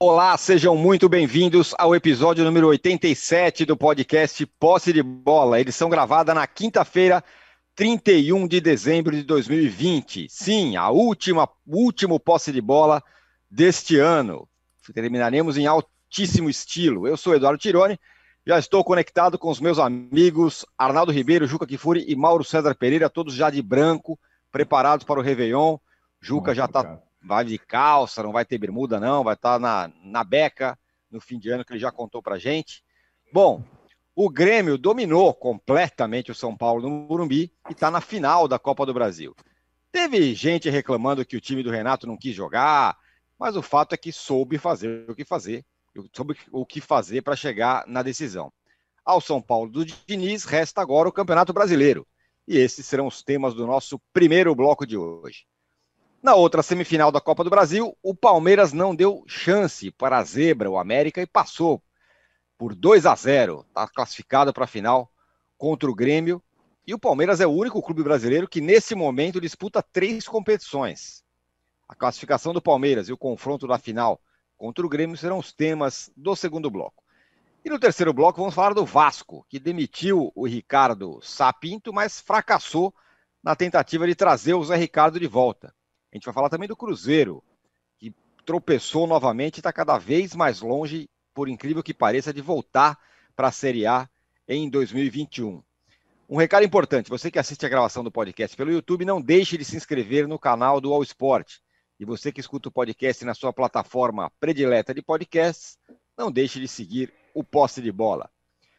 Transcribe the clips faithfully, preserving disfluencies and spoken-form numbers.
Olá, sejam muito bem-vindos ao episódio número oitenta e sete do podcast Posse de Bola, edição gravada na quinta-feira, trinta e um de dezembro de dois mil e vinte. Sim, a última, último Posse de Bola deste ano. Terminaremos em altíssimo estilo. Eu sou Eduardo Tironi, já estou conectado com os meus amigos Arnaldo Ribeiro, Juca Kfouri e Mauro César Pereira, todos já de branco, preparados para o Réveillon. Juca já está... vai de calça, não vai ter bermuda não, vai estar na, na beca no fim de ano, que ele já contou pra gente. Bom, o Grêmio dominou completamente o São Paulo no Morumbi e está na final da Copa do Brasil. Teve gente reclamando que o time do Renato não quis jogar, mas o fato é que soube fazer o que fazer, soube o que fazer para chegar na decisão. Ao São Paulo do Diniz resta agora o Campeonato Brasileiro, e esses serão os temas do nosso primeiro bloco de hoje. Na outra semifinal da Copa do Brasil, o Palmeiras não deu chance para a zebra, o América, e passou por dois a zero. Está classificado para a final contra o Grêmio. E o Palmeiras é o único clube brasileiro que, nesse momento, disputa três competições. A classificação do Palmeiras e o confronto da final contra o Grêmio serão os temas do segundo bloco. E no terceiro bloco vamos falar do Vasco, que demitiu o Ricardo Sá Pinto, mas fracassou na tentativa de trazer o Zé Ricardo de volta. A gente vai falar também do Cruzeiro, que tropeçou novamente e está cada vez mais longe, por incrível que pareça, de voltar para a Série A em dois mil e vinte e um. Um recado importante, você que assiste a gravação do podcast pelo YouTube, não deixe de se inscrever no canal do All Sport. E você que escuta o podcast na sua plataforma predileta de podcasts, não deixe de seguir o Posse de Bola.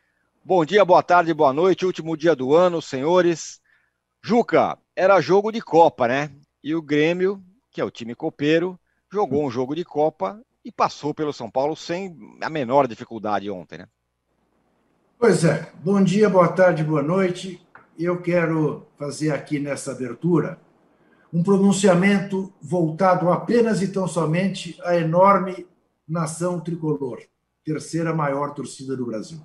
Bom dia, boa tarde, boa noite, último dia do ano, senhores. Juca, era jogo de Copa, né? E o Grêmio, que é o time copeiro, jogou um jogo de Copa e passou pelo São Paulo sem a menor dificuldade ontem, né? Pois é. Bom dia, boa tarde, boa noite. Eu quero fazer aqui nessa abertura um pronunciamento voltado apenas e tão somente à enorme nação tricolor, terceira maior torcida do Brasil.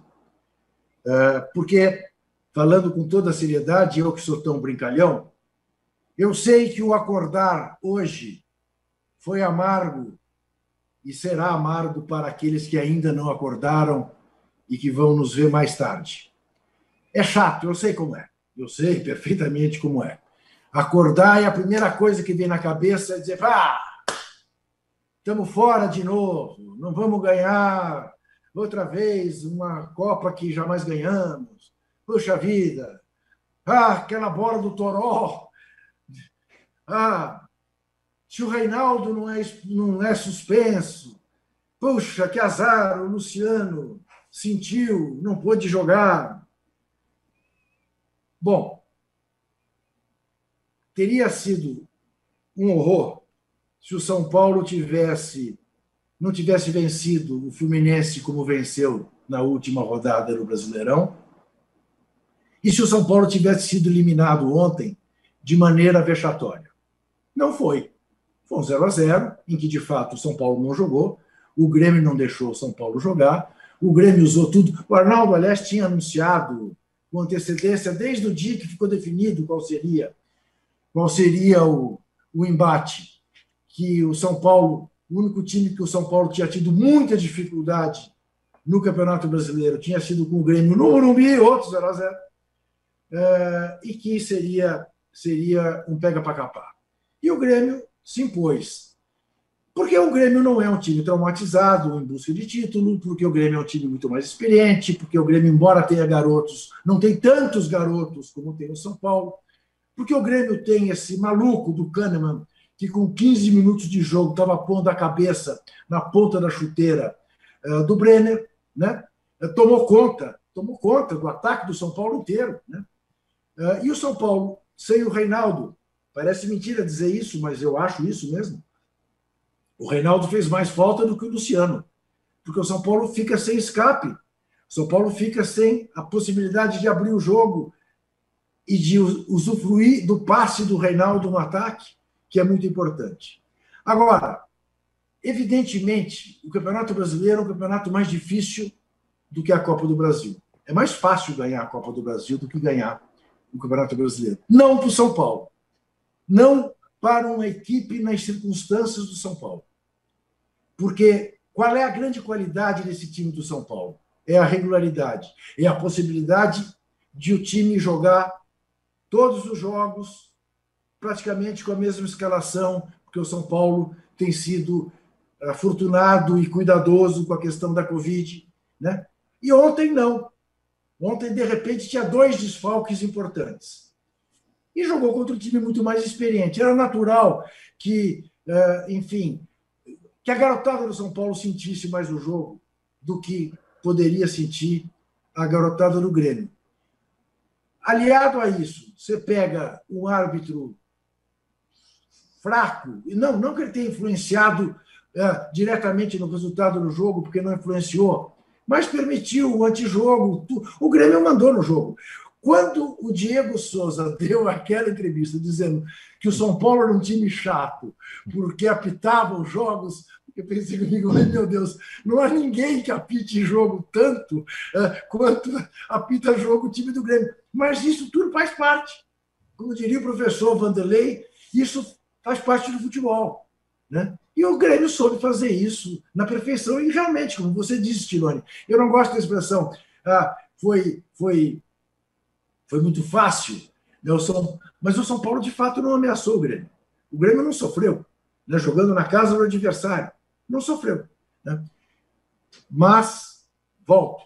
Porque, falando com toda a seriedade, eu que sou tão brincalhão, eu sei que o acordar hoje foi amargo e será amargo para aqueles que ainda não acordaram e que vão nos ver mais tarde. É chato, eu sei como é. Eu sei perfeitamente como é. Acordar e a primeira coisa que vem na cabeça é dizer: ah, estamos fora de novo, não vamos ganhar outra vez uma Copa que jamais ganhamos. Puxa vida, ah, aquela bola do Toró. Ah, se o Reinaldo não é, não é suspenso, puxa, que azar, o Luciano sentiu, não pôde jogar. Bom, teria sido um horror se o São Paulo tivesse, não tivesse vencido o Fluminense como venceu na última rodada do Brasileirão, e se o São Paulo tivesse sido eliminado ontem de maneira vexatória. Não foi. Foi um zero a zero, em que, de fato, o São Paulo não jogou, o Grêmio não deixou o São Paulo jogar, o Grêmio usou tudo. O Arnaldo, aliás, tinha anunciado com antecedência, desde o dia que ficou definido qual seria, qual seria o, o embate, que o São Paulo, o único time que o São Paulo tinha tido muita dificuldade no Campeonato Brasileiro, tinha sido com o Grêmio no Morumbi, outro zero a zero, é, e que seria, seria um pega para capar. E o Grêmio se impôs. Porque o Grêmio não é um time traumatizado em busca de título, porque o Grêmio é um time muito mais experiente, porque o Grêmio, embora tenha garotos, não tem tantos garotos como tem o São Paulo, porque o Grêmio tem esse maluco do Kahneman, que com quinze minutos de jogo estava pondo a cabeça na ponta da chuteira uh, do Brenner, né? Uh, tomou conta, tomou conta do ataque do São Paulo inteiro, né? Uh, e o São Paulo, sem o Reinaldo, parece mentira dizer isso, mas eu acho isso mesmo. O Reinaldo fez mais falta do que o Luciano, porque o São Paulo fica sem escape. O São Paulo fica sem a possibilidade de abrir o jogo e de usufruir do passe do Reinaldo no ataque, que é muito importante. Agora, evidentemente, o Campeonato Brasileiro é um campeonato mais difícil do que a Copa do Brasil. É mais fácil ganhar a Copa do Brasil do que ganhar o Campeonato Brasileiro. Não para o São Paulo. Não para uma equipe nas circunstâncias do São Paulo. Porque Qual é a grande qualidade desse time do São Paulo? É a regularidade, é a possibilidade de o time jogar todos os jogos praticamente com a mesma escalação, porque o São Paulo tem sido afortunado e cuidadoso com a questão da Covid, né? E ontem não. Ontem, de repente, tinha dois desfalques importantes. E jogou contra um time muito mais experiente. Era natural que, enfim, que a garotada do São Paulo sentisse mais o jogo do que poderia sentir a garotada do Grêmio. Aliado a isso, você pega um árbitro fraco, e não, não que ele tenha influenciado é, diretamente no resultado do jogo, porque não influenciou, mas permitiu o antijogo. O Grêmio mandou no jogo. Quando o Diego Souza deu aquela entrevista dizendo que o São Paulo era um time chato, porque apitava os jogos, eu pensei comigo, meu Deus, não há ninguém que apite jogo tanto uh, quanto apita jogo o time do Grêmio. Mas isso tudo faz parte. Como diria o professor Vanderlei, isso faz parte do futebol, né? E o Grêmio soube fazer isso na perfeição. E realmente, como você disse, Tironi, eu não gosto da expressão, ah, foi, foi, foi muito fácil, né, o São... mas o São Paulo, de fato, não ameaçou o Grêmio. O Grêmio não sofreu, né, jogando na casa do adversário. Não sofreu, né? Mas, volto,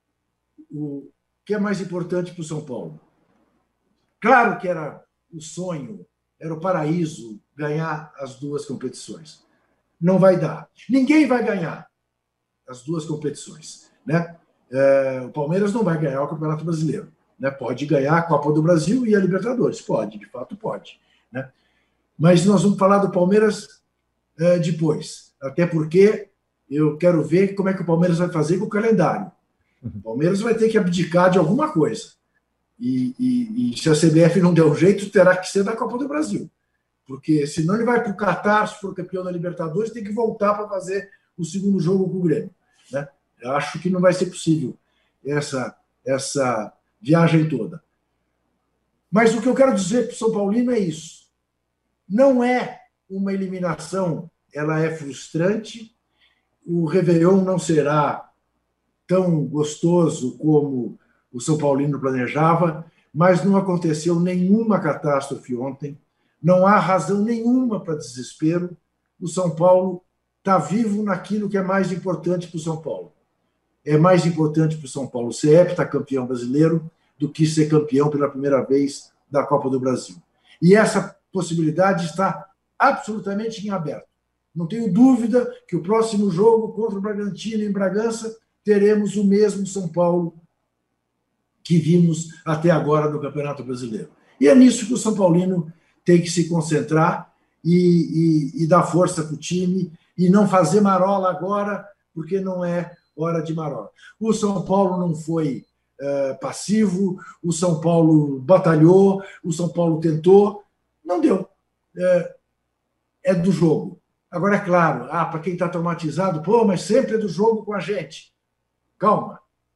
o que é mais importante para o São Paulo? Claro que era o sonho, era o paraíso ganhar as duas competições. Não vai dar. Ninguém vai ganhar as duas competições, né? É, o Palmeiras não vai ganhar o Campeonato Brasileiro, né? Pode ganhar a Copa do Brasil e a Libertadores, pode, de fato pode, né? Mas nós vamos falar do Palmeiras é, depois. Até porque eu quero ver como é que o Palmeiras vai fazer com o calendário. O Palmeiras vai ter que abdicar de alguma coisa. E, e, e se a C B F não der um jeito, terá que ser da Copa do Brasil. Porque senão ele vai para o Catar, se for campeão da Libertadores, tem que voltar para fazer o segundo jogo com o Grêmio, né? Eu acho que não vai ser possível essa, essa viagem toda. Mas o que eu quero dizer para o São Paulino é isso. Não é uma eliminação, ela é frustrante, o Réveillon não será tão gostoso como o São Paulino planejava, mas não aconteceu nenhuma catástrofe ontem, não há razão nenhuma para desespero. O São Paulo está vivo naquilo que é mais importante para o São Paulo. É mais importante para o São Paulo ser heptacampeão brasileiro do que ser campeão pela primeira vez da Copa do Brasil. E essa possibilidade está absolutamente em aberto. Não tenho dúvida que o próximo jogo contra o Bragantino em Bragança teremos o mesmo São Paulo que vimos até agora no Campeonato Brasileiro. E é nisso que o São Paulino tem que se concentrar e, e, e dar força para o time e não fazer marola agora, porque não é hora de marola. O São Paulo não foi é, passivo, o São Paulo batalhou, o São Paulo tentou, não deu. É, é do jogo. Agora, é claro, ah, para quem está traumatizado, pô, mas sempre é do jogo com a gente. Calma.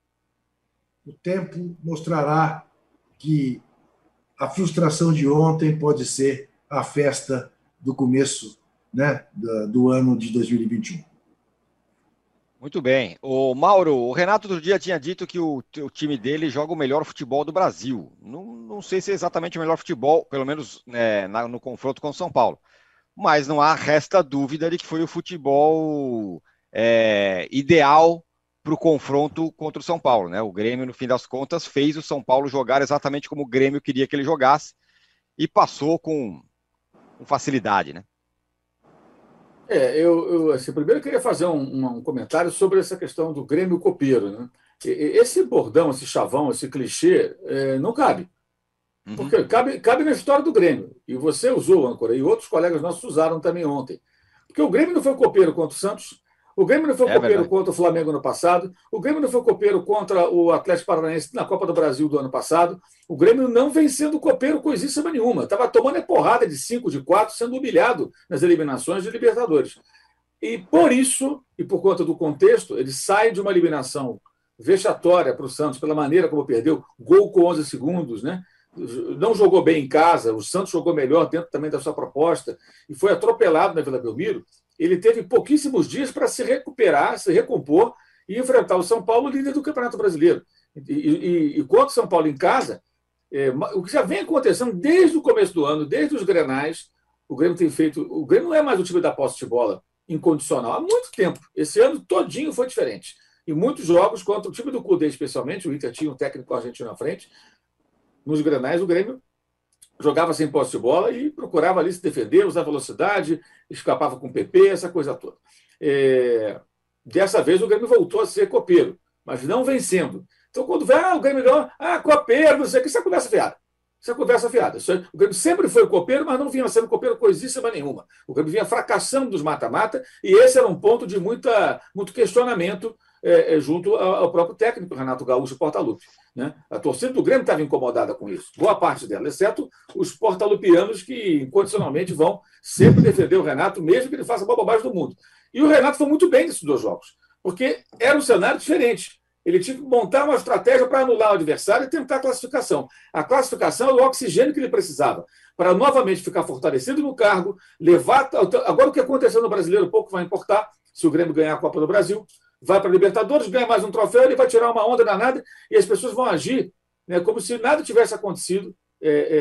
O tempo mostrará que a frustração de ontem pode ser a festa do começo, né, do, do ano de dois mil e vinte e um. Muito bem. O Mauro, o Renato outro dia tinha dito que o, o time dele joga o melhor futebol do Brasil. Não, não sei se é exatamente o melhor futebol, pelo menos né, na, no confronto com o São Paulo. Mas não há resta dúvida de que foi o futebol é, ideal para o confronto contra o São Paulo, né? O Grêmio, no fim das contas, fez o São Paulo jogar exatamente como o Grêmio queria que ele jogasse e passou com, com facilidade, né? É, eu, eu assim, primeiro eu queria fazer um, um comentário sobre essa questão do Grêmio copeiro, né? Esse bordão, esse chavão, esse clichê, é, não cabe. Porque cabe, cabe na história do Grêmio. E você usou, âncora, e outros colegas nossos usaram também ontem. Porque o Grêmio não foi copeiro contra o Santos, o Grêmio não foi é copeiro verdade. contra o Flamengo no passado, o Grêmio não foi copeiro contra o Atlético Paranaense na Copa do Brasil do ano passado, o Grêmio não vem sendo copeiro coisíssima nenhuma. Estava tomando a porrada de cinco, de quatro, sendo humilhado nas eliminações de Libertadores. E por isso, e por conta do contexto, ele sai de uma eliminação vexatória para o Santos, pela maneira como perdeu, gol com onze segundos, né? Não jogou bem em casa, o Santos jogou melhor dentro também da sua proposta e foi atropelado na Vila Belmiro. ele teve pouquíssimos dias para se recuperar, se recompor e enfrentar o São Paulo, líder do Campeonato Brasileiro. E, e, e contra o São Paulo em casa, é, o que já vem acontecendo desde o começo do ano, desde os Grenais, o Grêmio tem feito... O Grêmio não é mais o time da posse de bola incondicional há muito tempo. Esse ano todinho foi diferente. E muitos jogos contra o time do Cudê, especialmente, o Inter tinha um técnico argentino à frente, nos Grenais o Grêmio jogava sem posse de bola e procurava ali se defender, usar velocidade, escapava com o P P, essa coisa toda. É... Dessa vez o Grêmio voltou a ser copeiro, mas não vencendo. Então, quando vem, ah, o Grêmio ganhou, ah, copeiro, não sei o que, isso é conversa fiada. Isso é conversa fiada. Isso é... O Grêmio sempre foi copeiro, mas não vinha sendo copeiro coisíssima nenhuma. O Grêmio vinha fracassando dos mata-mata, e esse era um ponto de muita, muito questionamento é, junto ao próprio técnico, Renato Gaúcho Portaluppi. Né? A torcida do Grêmio estava incomodada com isso, boa parte dela, exceto os portalupianos que incondicionalmente vão sempre defender o Renato, mesmo que ele faça a maior bobagem do mundo. E o Renato foi muito bem nesses dois jogos, porque era um cenário diferente. Ele tinha que montar uma estratégia para anular o adversário e tentar a classificação. A classificação era o oxigênio que ele precisava para novamente ficar fortalecido no cargo, levar... Agora, o que aconteceu no Brasileiro pouco vai importar, se o Grêmio ganhar a Copa do Brasil, vai para a Libertadores, ganha mais um troféu, ele vai tirar uma onda danada e as pessoas vão agir, né, como se nada tivesse acontecido é, é,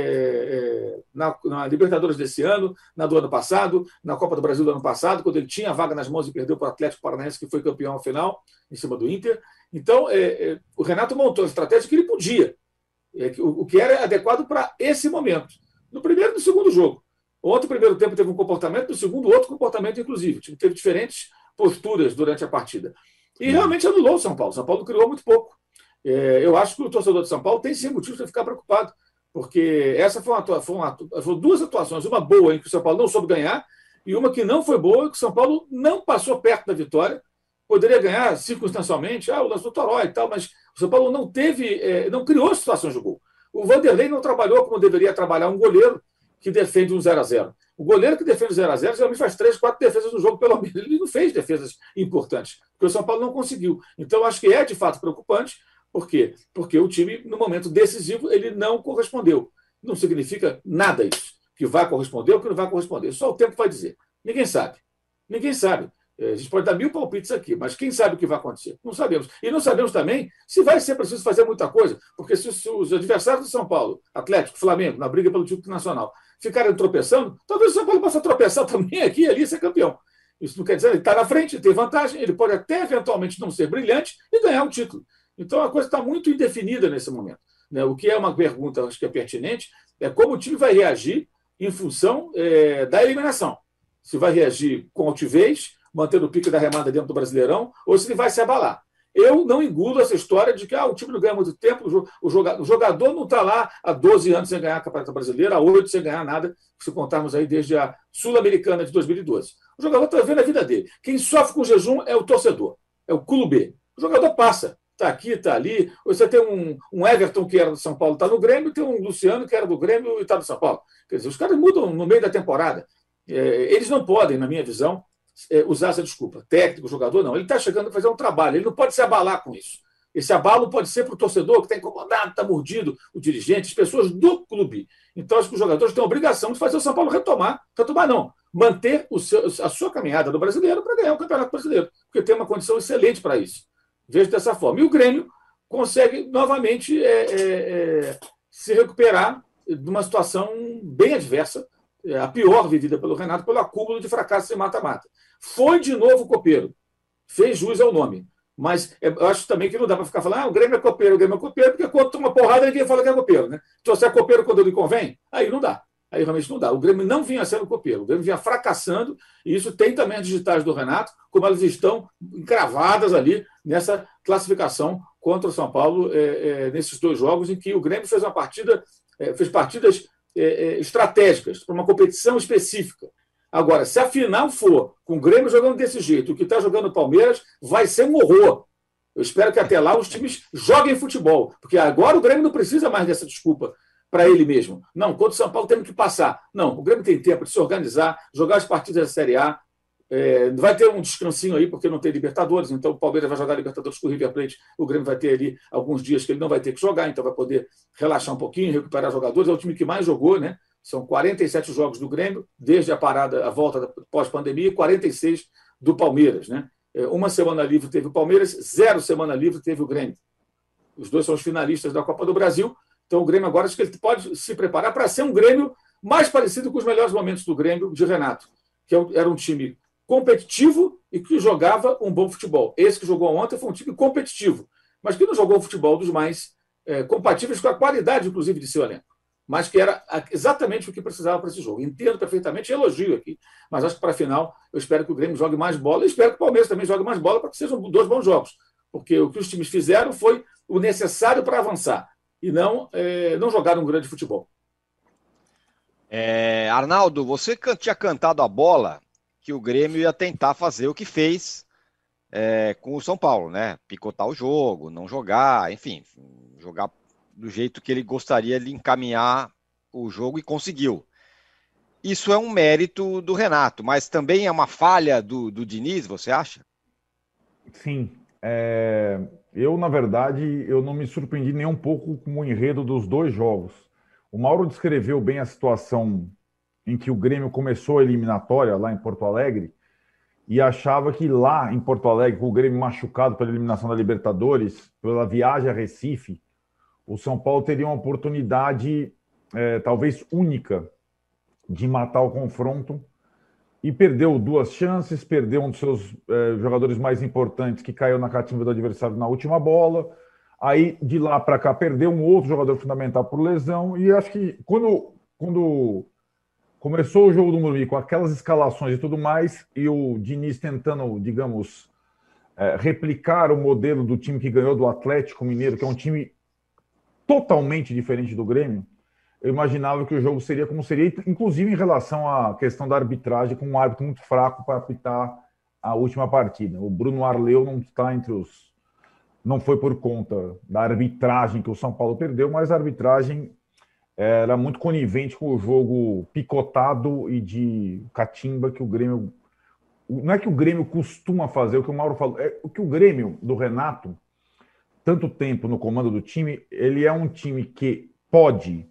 é, na, na Libertadores desse ano, na do ano passado, na Copa do Brasil do ano passado, quando ele tinha a vaga nas mãos e perdeu para o Atlético Paranaense, que foi campeão ao final, em cima do Inter. Então, é, é, o Renato montou a estratégia que ele podia, é, o, o que era adequado para esse momento. No primeiro e no segundo jogo. Ontem, o primeiro tempo teve um comportamento, no segundo, outro comportamento, inclusive. O time teve diferentes posturas durante a partida. E realmente anulou o São Paulo. O São Paulo criou muito pouco. É, eu acho que o torcedor de São Paulo tem sim motivos para ficar preocupado, porque essa foi uma, foi uma foram duas atuações, uma boa em que o São Paulo não soube ganhar e uma que não foi boa, que o São Paulo não passou perto da vitória. Poderia ganhar circunstancialmente, ah, o lance do Toró e tal, mas o São Paulo não teve, é, não criou situações de gol. O Vanderlei não trabalhou como deveria trabalhar um goleiro que defende um zero a zero. O goleiro que defende o zero a zero geralmente faz três, quatro defesas no jogo, pelo menos. Ele não fez defesas importantes, porque o São Paulo não conseguiu. Então, acho que é de fato preocupante. Por quê? Porque o time, no momento decisivo, ele não correspondeu. Não significa nada isso. Que vai corresponder ou que não vai corresponder. Só o tempo vai dizer. Ninguém sabe. Ninguém sabe. A gente pode dar mil palpites aqui, mas quem sabe o que vai acontecer? Não sabemos. E não sabemos também se vai ser preciso fazer muita coisa, porque se os adversários do São Paulo, Atlético, Flamengo, na briga pelo título nacional, ficarem tropeçando, talvez o São Paulo possa tropeçar também aqui e ali e ser campeão. Isso não quer dizer, ele está na frente, ele tem vantagem, ele pode até eventualmente não ser brilhante e ganhar um título. Então a coisa está muito indefinida nesse momento. O que é uma pergunta, acho que é pertinente, é como o time vai reagir em função é, da eliminação. Se vai reagir com altivez, mantendo o pique da remada dentro do Brasileirão, ou se ele vai se abalar. Eu não engulo essa história de que ah, o time não ganha muito tempo, o jogador, o jogador não está lá há doze anos sem ganhar a Campeonato Brasileiro, há oito sem ganhar nada, se contarmos aí desde a Sul-Americana de dois mil e doze. O jogador está vendo a vida dele. Quem sofre com o jejum é o torcedor, é o clube. O jogador passa, está aqui, está ali. Você tem um, um Everton que era do São Paulo, está no Grêmio, tem um Luciano que era do Grêmio e está do São Paulo. Quer dizer, os caras mudam no meio da temporada. É, eles não podem, na minha visão, usar essa desculpa. Técnico, jogador, não. Ele está chegando a fazer um trabalho. Ele não pode se abalar com isso. Esse abalo pode ser para o torcedor que está incomodado, está mordido, o dirigente, as pessoas do clube. Então, acho que os jogadores têm a obrigação de fazer o São Paulo retomar. Retomar, não. Manter o seu, a sua caminhada no brasileiro para ganhar o Campeonato Brasileiro. Porque tem uma condição excelente para isso. Vejo dessa forma. E o Grêmio consegue novamente é, é, é, se recuperar de uma situação bem adversa, a pior vivida pelo Renato, pelo acúmulo de fracassos em mata-mata. Foi de novo copeiro. Fez jus ao nome. Mas eu acho também que não dá para ficar falando ah, o Grêmio é copeiro, o Grêmio é copeiro, porque quando toma porrada, ninguém fala que é copeiro. Né? Então, se é copeiro quando ele convém, aí não dá. Aí realmente não dá. O Grêmio não vinha sendo copeiro. O Grêmio vinha fracassando, e isso tem também as digitais do Renato, como elas estão encravadas ali nessa classificação contra o São Paulo, é, é, nesses dois jogos, em que o Grêmio fez uma partida, é, fez partidas é, é, estratégicas para uma competição específica. Agora, se a final for com o Grêmio jogando desse jeito, o que está jogando o Palmeiras, vai ser um horror. Eu espero que até lá os times joguem futebol, porque agora o Grêmio não precisa mais dessa desculpa para ele mesmo. Não, contra o São Paulo temos que passar. Não, o Grêmio tem tempo de se organizar, jogar as partidas da Série A. É, vai ter um descansinho aí, porque não tem Libertadores, então o Palmeiras vai jogar Libertadores com o River Plate, o Grêmio vai ter ali alguns dias que ele não vai ter que jogar, então vai poder relaxar um pouquinho, recuperar jogadores. É o time que mais jogou, né? São quarenta e sete jogos do Grêmio, desde a parada, a volta pós-pandemia, e quarenta e seis do Palmeiras, né? Uma semana livre teve o Palmeiras, zero semana livre teve o Grêmio. Os dois são os finalistas da Copa do Brasil. Então o Grêmio agora acho que ele pode se preparar para ser um Grêmio mais parecido com os melhores momentos do Grêmio de Renato, que era um time competitivo e que jogava um bom futebol. Esse que jogou ontem foi um time competitivo, mas que não jogou o futebol dos mais é, compatíveis com a qualidade, inclusive, de seu elenco, mas que era exatamente o que precisava para esse jogo. Entendo perfeitamente, elogio aqui, mas acho que para a final eu espero que o Grêmio jogue mais bola e espero que o Palmeiras também jogue mais bola para que sejam dois bons jogos, porque o que os times fizeram foi o necessário para avançar e não, é, não jogaram um grande futebol. É, Arnaldo, você tinha cantado a bola que o Grêmio ia tentar fazer o que fez é, com o São Paulo, né? Picotar o jogo, não jogar, enfim, jogar do jeito que ele gostaria de encaminhar o jogo e conseguiu. Isso é um mérito do Renato, mas também é uma falha do, do Diniz, você acha? Sim. É... Eu, na verdade, eu não me surpreendi nem um pouco com o enredo dos dois jogos. O Mauro descreveu bem a situação em que o Grêmio começou a eliminatória lá em Porto Alegre e achava que lá em Porto Alegre, com o Grêmio machucado pela eliminação da Libertadores, pela viagem a Recife, o São Paulo teria uma oportunidade, é, talvez única, de matar o confronto e perdeu duas chances, perdeu um dos seus é, jogadores mais importantes que caiu na catimba do adversário na última bola. Aí, de lá para cá, perdeu um outro jogador fundamental por lesão e acho que quando... quando começou o jogo do Morumbi com aquelas escalações e tudo mais, e o Diniz tentando, digamos, é, replicar o modelo do time que ganhou do Atlético Mineiro, que é um time totalmente diferente do Grêmio, eu imaginava que o jogo seria como seria, inclusive em relação à questão da arbitragem, com um árbitro muito fraco para apitar a última partida. O Bruno Arleu não está entre os... Não foi por conta da arbitragem que o São Paulo perdeu, mas a arbitragem era muito conivente com o jogo picotado e de catimba que o Grêmio... Não é que o Grêmio costuma fazer, o que o Mauro falou, é o que o Grêmio do Renato, tanto tempo no comando do time, ele é um time que pode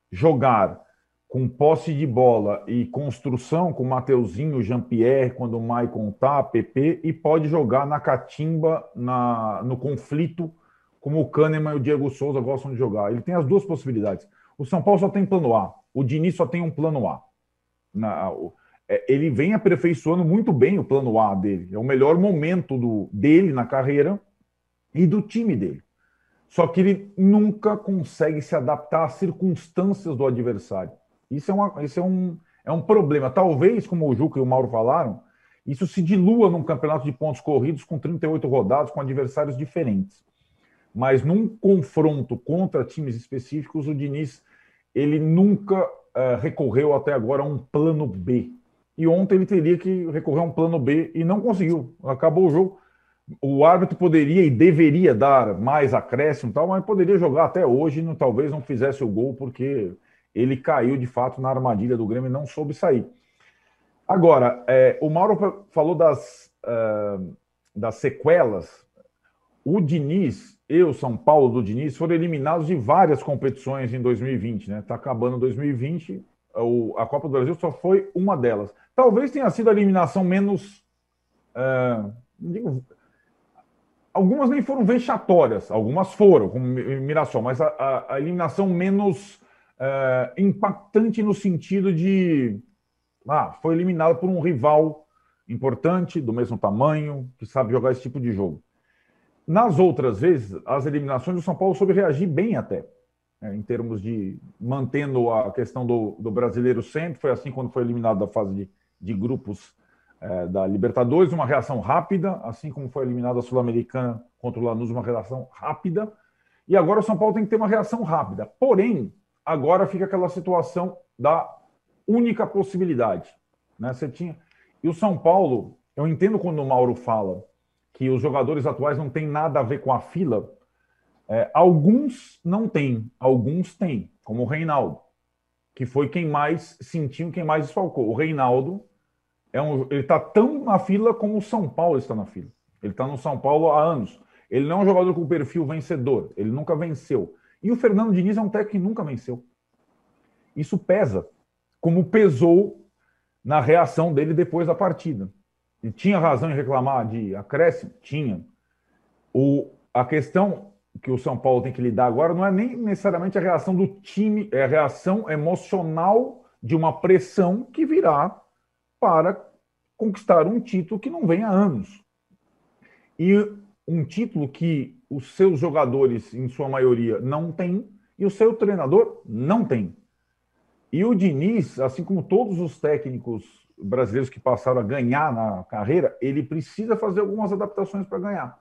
jogar com posse de bola e construção com o Mateuzinho, o Jean-Pierre, quando o Maicon tá, P P, e pode jogar na catimba, na, no conflito, como o Kahneman e o Diego Souza gostam de jogar. Ele tem as duas possibilidades. O São Paulo só tem plano A. O Diniz só tem um plano A. Na, o, é, ele vem aperfeiçoando muito bem o plano A dele. É o melhor momento do, dele na carreira e do time dele. Só que ele nunca consegue se adaptar às circunstâncias do adversário. Isso é, uma, isso é, um, é um problema. Talvez, como o Juca e o Mauro falaram, isso se dilua num campeonato de pontos corridos com trinta e oito rodadas, com adversários diferentes. Mas num confronto contra times específicos, o Diniz ele nunca uh, recorreu até agora a um plano B. E ontem ele teria que recorrer a um plano B e não conseguiu. Acabou o jogo. O árbitro poderia e deveria dar mais acréscimo, tal, mas poderia jogar até hoje, não, talvez não fizesse o gol, porque ele caiu de fato na armadilha do Grêmio e não soube sair. Agora, é, o Mauro falou das, uh, das sequelas. O Diniz e o São Paulo do Diniz foram eliminados de várias competições em dois mil e vinte, né? Está acabando dois mil e vinte, o, a Copa do Brasil só foi uma delas. Talvez tenha sido a eliminação menos... Uh, digo, algumas nem foram vexatórias, algumas foram, como Mirassol, mas a, a, a eliminação menos uh, impactante no sentido de... Ah, foi eliminado por um rival importante, do mesmo tamanho, que sabe jogar esse tipo de jogo. Nas outras vezes, as eliminações do São Paulo soube reagir bem até, né, em termos de mantendo a questão do, do brasileiro sempre. Foi assim quando foi eliminado da fase de, de grupos é, da Libertadores, uma reação rápida, assim como foi eliminado a Sul-Americana contra o Lanús, uma reação rápida. E agora o São Paulo tem que ter uma reação rápida. Porém, agora fica aquela situação da única possibilidade, né? Você tinha... E o São Paulo, eu entendo quando o Mauro fala que os jogadores atuais não têm nada a ver com a fila. É, alguns não têm, alguns têm, como o Reinaldo, que foi quem mais sentiu, quem mais desfalcou. O Reinaldo, é um, ele está tão na fila como o São Paulo está na fila. Ele está no São Paulo há anos. Ele não é um jogador com perfil vencedor, ele nunca venceu. E o Fernando Diniz é um técnico que nunca venceu. Isso pesa. como pesou na reação dele depois da partida. Ele tinha razão em reclamar de acréscimo? Tinha. O, a questão que o São Paulo tem que lidar agora não é nem necessariamente a reação do time, é a reação emocional de uma pressão que virá para conquistar um título que não vem há anos. E um título que os seus jogadores, em sua maioria, não têm, e o seu treinador não tem. E o Diniz, assim como todos os técnicos brasileiros que passaram a ganhar na carreira, ele precisa fazer algumas adaptações para ganhar.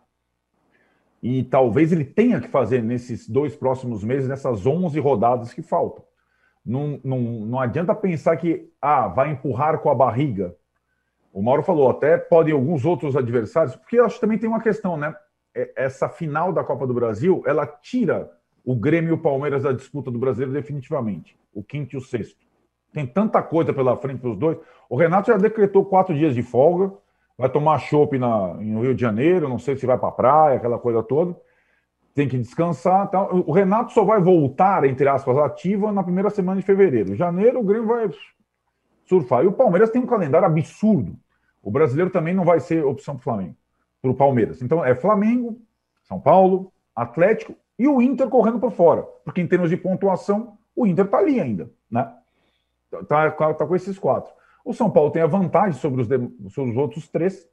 E talvez ele tenha que fazer nesses dois próximos meses, nessas onze rodadas que faltam. Não, não, não adianta pensar que ah, vai empurrar com a barriga. O Mauro falou, até podem alguns outros adversários, porque eu acho que também tem uma questão, né? Essa final da Copa do Brasil, ela tira o Grêmio e o Palmeiras da disputa do Brasileiro definitivamente. O quinto e o sexto. Tem tanta coisa pela frente para os dois. O Renato já decretou quatro dias de folga, vai tomar chopp no Rio de Janeiro, não sei se vai para a praia, aquela coisa toda. Tem que descansar. Tá? O Renato só vai voltar, entre aspas, ativa na primeira semana de fevereiro. Em janeiro, o Grêmio vai surfar. E o Palmeiras tem um calendário absurdo. O brasileiro também não vai ser opção para o Flamengo, para o Palmeiras. Então é Flamengo, São Paulo, Atlético e o Inter correndo por fora. Porque em termos de pontuação, o Inter está ali ainda, né? Está tá, tá com esses quatro. O São Paulo tem a vantagem sobre os, de, sobre os outros três,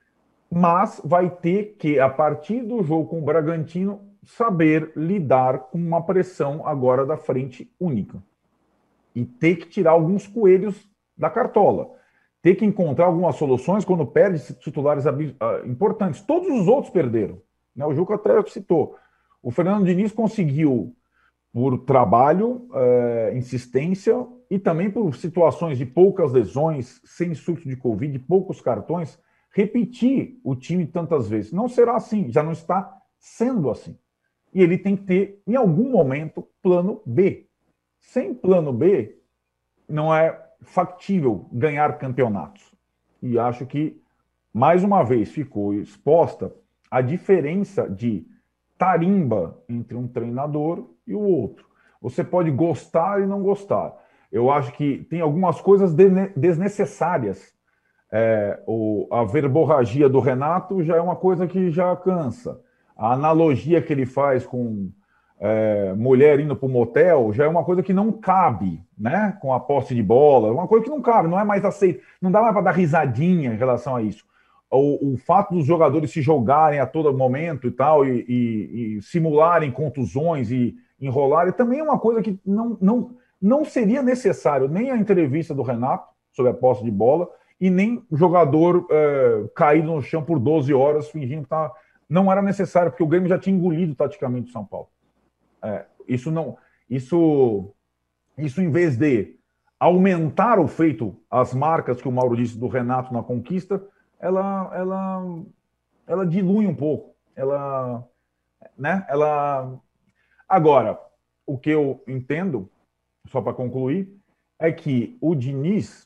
mas vai ter que, a partir do jogo com o Bragantino, saber lidar com uma pressão agora da frente única. E ter que tirar alguns coelhos da cartola. Ter que encontrar algumas soluções quando perde titulares importantes. Todos os outros perderam. Né? O Juca até citou. O Fernando Diniz conseguiu, por trabalho, é, insistência e também por situações de poucas lesões, sem surto de Covid, poucos cartões, repetir o time tantas vezes. Não será assim, já não está sendo assim. E ele tem que ter, em algum momento, plano B. Sem plano B, não é factível ganhar campeonatos. E acho que, mais uma vez, ficou exposta a diferença de tarimba entre um treinador e o outro. Você pode gostar e não gostar. Eu acho que tem algumas coisas desnecessárias. É, o, a verborragia do Renato já é uma coisa que já cansa. A analogia que ele faz com é, mulher indo para o motel já é uma coisa que não cabe, né? Com a posse de bola, é uma coisa que não cabe, não é mais aceito, não dá mais para dar risadinha em relação a isso. O, o fato dos jogadores se jogarem a todo momento e tal, e, e, e simularem contusões e enrolarem, também é uma coisa que não, não, não seria necessário nem a entrevista do Renato sobre a posse de bola e nem o jogador é, caído no chão por doze horas fingindo que tá... Não era necessário, porque o Grêmio já tinha engolido taticamente o São Paulo. É, isso não... Isso, isso, em vez de aumentar o feito, as marcas que o Mauro disse do Renato na conquista, ela, ela, ela dilui um pouco. Ela, né? Ela... Agora, o que eu entendo, só para concluir, é que o Diniz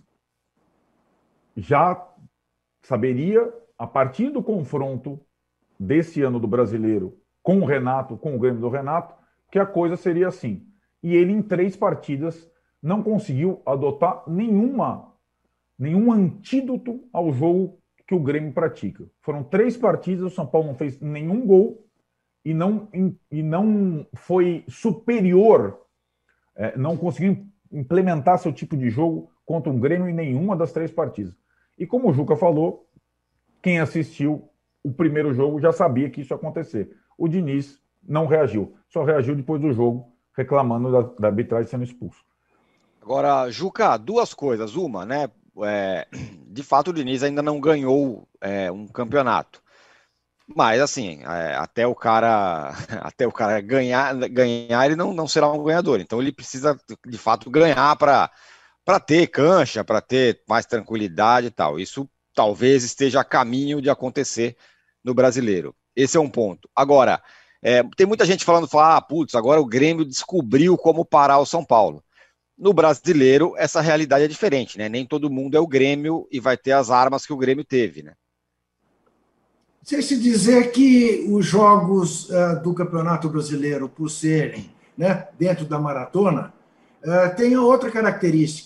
já saberia, a partir do confronto desse ano do Brasileiro com o Renato, com o Grêmio do Renato, que a coisa seria assim. E ele, em três partidas, não conseguiu adotar nenhuma, nenhum antídoto ao jogo que o Grêmio pratica. Foram três partidas, o São Paulo não fez nenhum gol e não, e não foi superior, é, não conseguiu implementar seu tipo de jogo contra o Grêmio em nenhuma das três partidas. E como o Juca falou, quem assistiu o primeiro jogo já sabia que isso ia acontecer. O Diniz não reagiu, só reagiu depois do jogo, reclamando da, da arbitragem sendo expulso. Agora, Juca, duas coisas. Uma, né? É, de fato, o Diniz ainda não ganhou é, um campeonato. Mas, assim, é, até o cara, até o cara ganhar, ganhar ele não, não será um ganhador. Então, ele precisa, de fato, ganhar para para ter cancha, para ter mais tranquilidade e tal. Isso talvez esteja a caminho de acontecer no Brasileiro. Esse é um ponto. Agora, é, tem muita gente falando, fala, ah, putz, agora o Grêmio descobriu como parar o São Paulo. No Brasileiro, essa realidade é diferente, né? Nem todo mundo é o Grêmio e vai ter as armas que o Grêmio teve, né? Sem se dizer que os jogos uh, do Campeonato Brasileiro, por serem, né, dentro da maratona, uh, têm outra característica.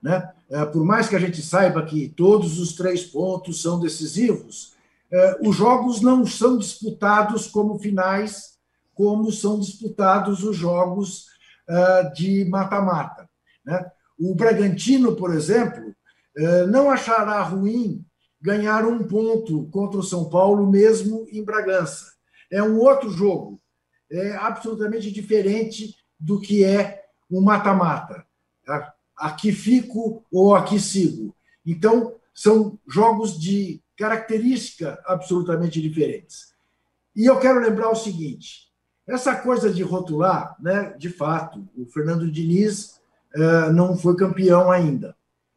né? É, por mais que a gente saiba que todos os três pontos são decisivos, é, os jogos não são disputados como finais, como são disputados os jogos é, de mata-mata, né? O Bragantino, por exemplo, é, não achará ruim ganhar um ponto contra o São Paulo, mesmo em Bragança. É um outro jogo, é absolutamente diferente do que é um mata-mata. Aqui fico ou aqui sigo. Então, são jogos de característica absolutamente diferentes. E eu quero lembrar o seguinte, essa coisa de rotular, né, de fato, o Fernando Diniz uh, não foi campeão ainda.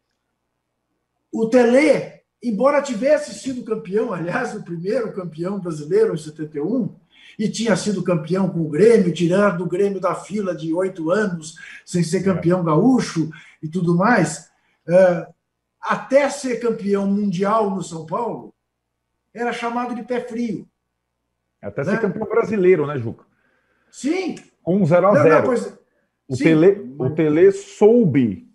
O Tele, embora tivesse sido campeão, aliás, o primeiro campeão brasileiro em setenta e um, e tinha sido campeão com o Grêmio, tirando o Grêmio da fila de oito anos, sem ser campeão gaúcho e tudo mais, uh, até ser campeão mundial no São Paulo, era chamado de pé frio. Até né? ser campeão brasileiro, né, Juca? Sim. Com um zero a zero. Pois... O, Tele, o Tele soube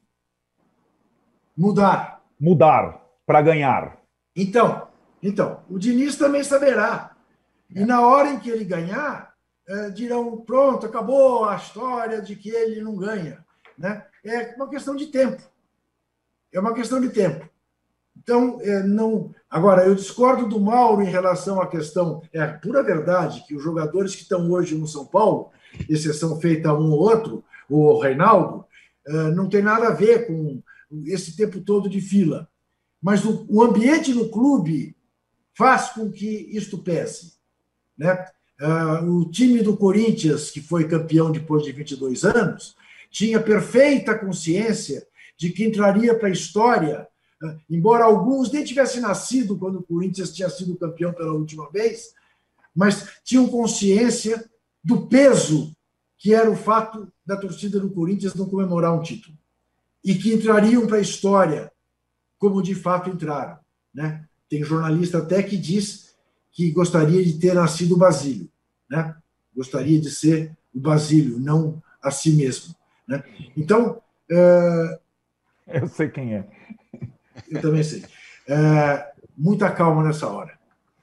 mudar. Mudar para ganhar. Então, então, o Diniz também saberá. E na hora em que ele ganhar, é, dirão, pronto, acabou a história de que ele não ganha. Né? É uma questão de tempo. É uma questão de tempo. Então, é, não... Agora, eu discordo do Mauro em relação à questão... É pura verdade que os jogadores que estão hoje no São Paulo, exceção feita a um ou outro, o Reinaldo, é, não tem nada a ver com esse tempo todo de fila. Mas o, o ambiente no clube faz com que isto pese. Né? Uh, o time do Corinthians, que foi campeão depois de vinte e dois anos, tinha perfeita consciência de que entraria para a história, uh, embora alguns nem tivessem nascido quando o Corinthians tinha sido campeão pela última vez, mas tinham consciência do peso que era o fato da torcida do Corinthians não comemorar um título. E que entrariam para a história como de fato entraram. Né? Tem jornalista até que diz que gostaria de ter nascido o Basílio, né? Gostaria de ser o Basílio, não a si mesmo. Né? Então... É... Eu sei quem é. Eu também sei. É... Muita calma nessa hora.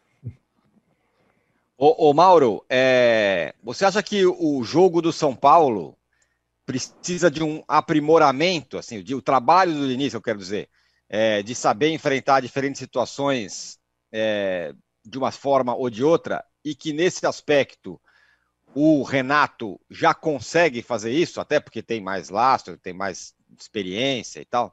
Ô, ô Mauro, é... você acha que o jogo do São Paulo precisa de um aprimoramento, assim, de, o trabalho do Diniz, eu quero dizer, é, de saber enfrentar diferentes situações... É... de uma forma ou de outra, e que nesse aspecto o Renato já consegue fazer isso, até porque tem mais lastro, tem mais experiência e tal?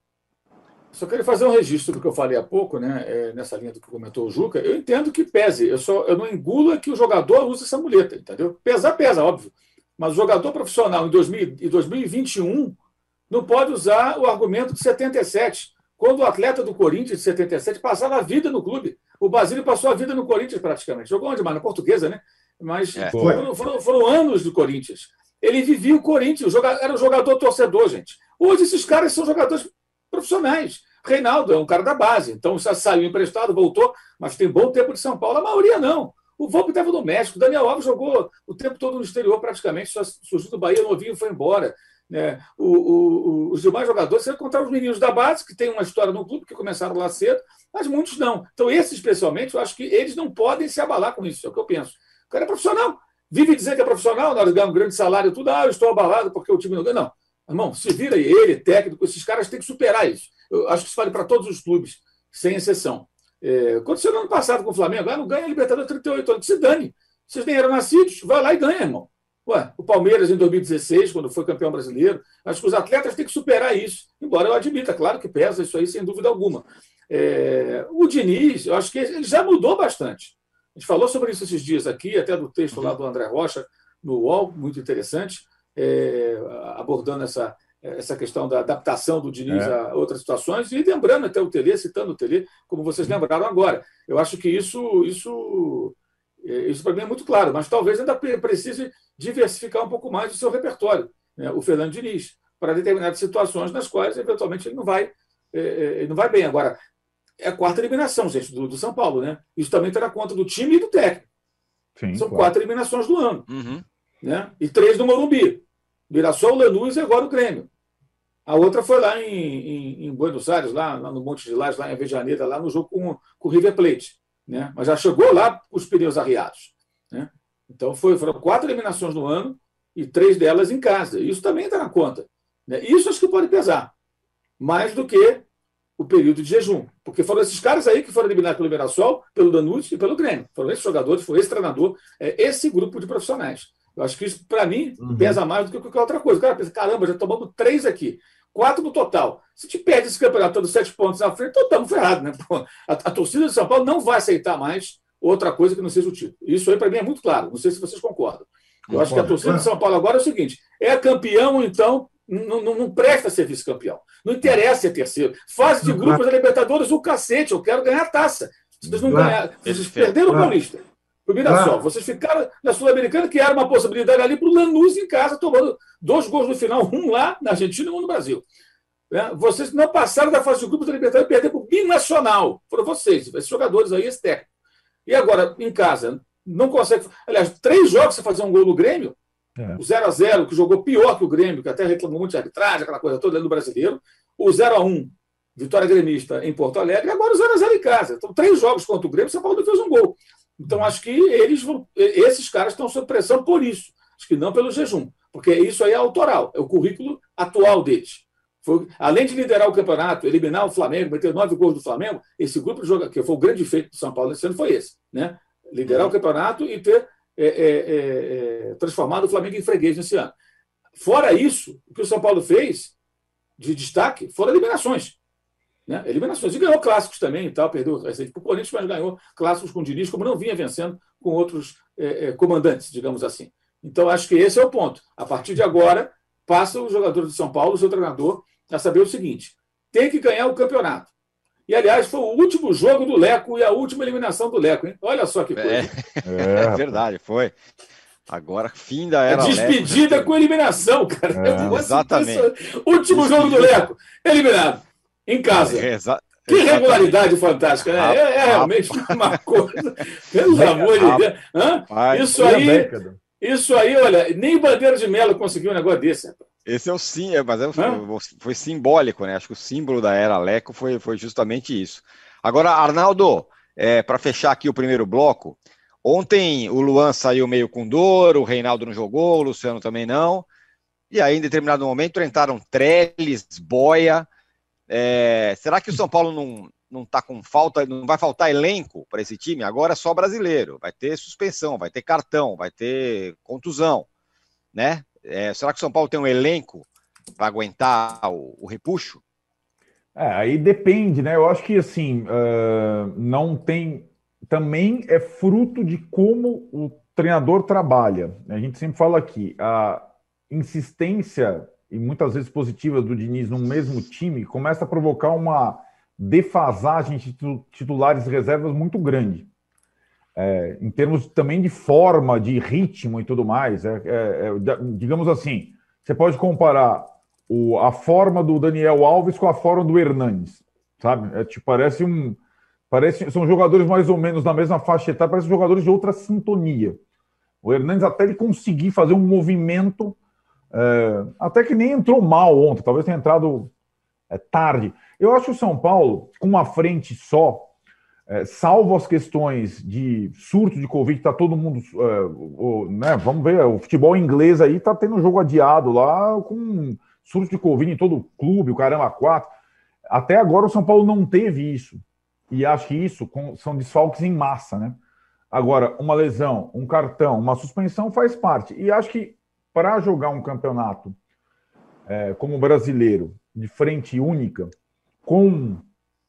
Só queria fazer um registro do que eu falei há pouco, né, é, nessa linha do que comentou o Juca. Eu entendo que pese, eu, só, eu não engulo é que o jogador usa essa muleta, entendeu? Pesar, pesa, óbvio. Mas o jogador profissional em dois mil, em dois mil e vinte e um não pode usar o argumento de setenta e sete, quando o atleta do Corinthians de setenta e sete passava a vida no clube. O Basílio passou a vida no Corinthians praticamente. Jogou onde mais? Na Portuguesa, né? Mas é, foram, foram, foram anos do Corinthians. Ele vivia o Corinthians, era um jogador torcedor, gente. Hoje esses caras são jogadores profissionais. Reinaldo é um cara da base, então já saiu emprestado, voltou, mas tem bom tempo de São Paulo. A maioria não. O Volpe estava no México, o Daniel Alves jogou o tempo todo no exterior praticamente, só surgiu do Bahia novinho e foi embora. Né? O, o, os demais jogadores, você vai contar os meninos da base, que tem uma história no clube, que começaram lá cedo, mas muitos não. Então, esses, especialmente, eu acho que eles não podem se abalar com isso, é o que eu penso. O cara é profissional, vive dizer que é profissional, nós ganhamos um grande salário e tudo, ah, eu estou abalado porque o time não ganha. Não, irmão, se vira aí, ele, técnico, esses caras têm que superar isso. Eu acho que isso vale para todos os clubes, sem exceção. É, aconteceu no ano passado com o Flamengo, ah, não ganha a Libertadores trinta e oito anos, que se dane. Vocês nem eram nascidos, vai lá e ganha, irmão. Ué, o Palmeiras em dois mil e dezesseis, quando foi campeão brasileiro, acho que os atletas têm que superar isso, embora eu admita, claro que pesa isso aí, sem dúvida alguma. É, o Diniz, eu acho que ele já mudou bastante. A gente falou sobre isso esses dias aqui, até do texto lá do André Rocha, no U O L, muito interessante, é, abordando essa, essa questão da adaptação do Diniz é. a outras situações, e lembrando até o Tele, citando o Tele, como vocês lembraram agora. Eu acho que isso, isso, isso para mim é muito claro, mas talvez ainda precise diversificar um pouco mais o seu repertório, né, o Fernando Diniz, para determinadas situações nas quais, eventualmente, ele não vai, ele não vai bem. Agora, é a quarta eliminação, gente, do, do São Paulo, né? Isso também está na conta do time e do técnico. Sim, São claro. quatro eliminações do ano. Uhum. Né? E três do Morumbi. Mirassol, Lanús e agora o Grêmio. A outra foi lá em, em, em Buenos Aires, lá, lá no Monte de Lages, lá em Avejaneda, lá no jogo com, com o River Plate. Né? Mas já chegou lá com os pneus arriados. Né? Então foi, foram quatro eliminações no ano e três delas em casa. Isso também está na conta. Né? Isso acho que pode pesar. Mais do que o período de jejum. Porque foram esses caras aí que foram eliminados pelo Mirassol, pelo Danúbio e pelo Grêmio. Foram esses jogadores, foi esse treinador, é, esse grupo de profissionais. Eu acho que isso, para mim, uhum. pesa mais do que qualquer outra coisa. O cara pensa, caramba, já tomamos três aqui. Quatro no total. Se te perde esse campeonato todo sete pontos na frente, então estamos ferrados, né? Pô, a, a torcida de São Paulo não vai aceitar mais outra coisa que não seja o título. Isso aí, para mim, é muito claro. Não sei se vocês concordam. Eu Concordo. acho que a torcida de São Paulo agora é o seguinte: é campeão, então não, não, não presta ser vice-campeão. Não interessa ser terceiro. Fase de grupos da Libertadores, o cacete, eu quero ganhar a taça. Vocês não ganharam. Vocês perderam o Paulista. Pro Mirassol. Vocês ficaram na Sul-Americana, que era uma possibilidade ali para o Lanús em casa, tomando dois gols no final, um lá na Argentina e um no Brasil. É, vocês não passaram da fase de grupos da Libertadores e perderam para o Binacional. Foram vocês, esses jogadores aí, esse técnico. E agora, em casa, não consegue. Aliás, três jogos você fazer um gol no Grêmio, é. O zero a zero, que jogou pior que o Grêmio, que até reclamou muito de arbitragem, aquela coisa toda do brasileiro. O zero a um, vitória gremista em Porto Alegre, e agora o zero a zero em casa. Então, três jogos contra o Grêmio, São Paulo não fez um gol. Então, acho que eles vão, esses caras estão sob pressão por isso. Acho que não pelo jejum, porque isso aí é autoral, é o currículo atual deles. Foi, além de liderar o campeonato, eliminar o Flamengo, meter nove gols do Flamengo, esse grupo de jogadores, que foi o grande feito do São Paulo nesse ano, foi esse. Né? Liderar o campeonato e ter é, é, é, transformado o Flamengo em freguês nesse ano. Fora isso, o que o São Paulo fez de destaque foram eliminações. Né? Eliminações. E ganhou clássicos também e tal, perdeu recente para o Corinthians, mas ganhou clássicos com o Diniz, como não vinha vencendo com outros é, é, comandantes, digamos assim. Então, acho que esse é o ponto. A partir de agora, passa o jogador de São Paulo, o seu treinador, a saber o seguinte: tem que ganhar o campeonato. E, aliás, foi o último jogo do Leco e a última eliminação do Leco. Hein? Olha só que coisa. É, é verdade, foi. Agora, fim da era Leco. Despedida Leco, com eliminação, cara. É, exatamente. Último jogo do Leco, eliminado. Em casa. É, exa- que regularidade fantástica, né? É, é realmente uma coisa. Pelo amor de Deus. Hã? Isso aí, isso aí, olha, nem Bandeira de Melo conseguiu um negócio desse. Esse é o sim, mas é, foi, foi simbólico, né? Acho que o símbolo da era Leco foi, foi justamente isso. Agora, Arnaldo, é, para fechar aqui o primeiro bloco, ontem o Luan saiu meio com dor, o Reinaldo não jogou, o Luciano também não. E aí, em determinado momento, entraram Trellis, Boia. É, será que o São Paulo não, não tá com falta, não vai faltar elenco para esse time? Agora é só brasileiro, vai ter suspensão, vai ter cartão, vai ter contusão, né? É, será que o São Paulo tem um elenco para aguentar o, o repuxo? É, aí depende, né? Eu acho que assim, uh, não tem. Também é fruto de como o treinador trabalha. A gente sempre fala aqui, a insistência e muitas vezes positiva do Diniz no mesmo time, começa a provocar uma defasagem de titulares e reservas muito grande. É, em termos também de forma, de ritmo e tudo mais. É, é, é, digamos assim, você pode comparar o, a forma do Daniel Alves com a forma do Hernanes, sabe? É, tipo, parece um... Parece, são jogadores mais ou menos na mesma faixa etária, parecem jogadores de outra sintonia. O Hernanes, até ele conseguir fazer um movimento... É, até que nem entrou mal ontem, talvez tenha entrado é, tarde. Eu acho que o São Paulo, com uma frente só, é, salvo as questões de surto de Covid, tá todo mundo, é, o, né, vamos ver, o futebol inglês aí tá tendo jogo adiado lá, com surto de Covid em todo o clube, o caramba, quatro. Até agora o São Paulo não teve isso, e acho que isso com, são desfalques em massa, né? Agora, uma lesão, um cartão, uma suspensão faz parte, e acho que para jogar um campeonato é, como brasileiro, de frente única, com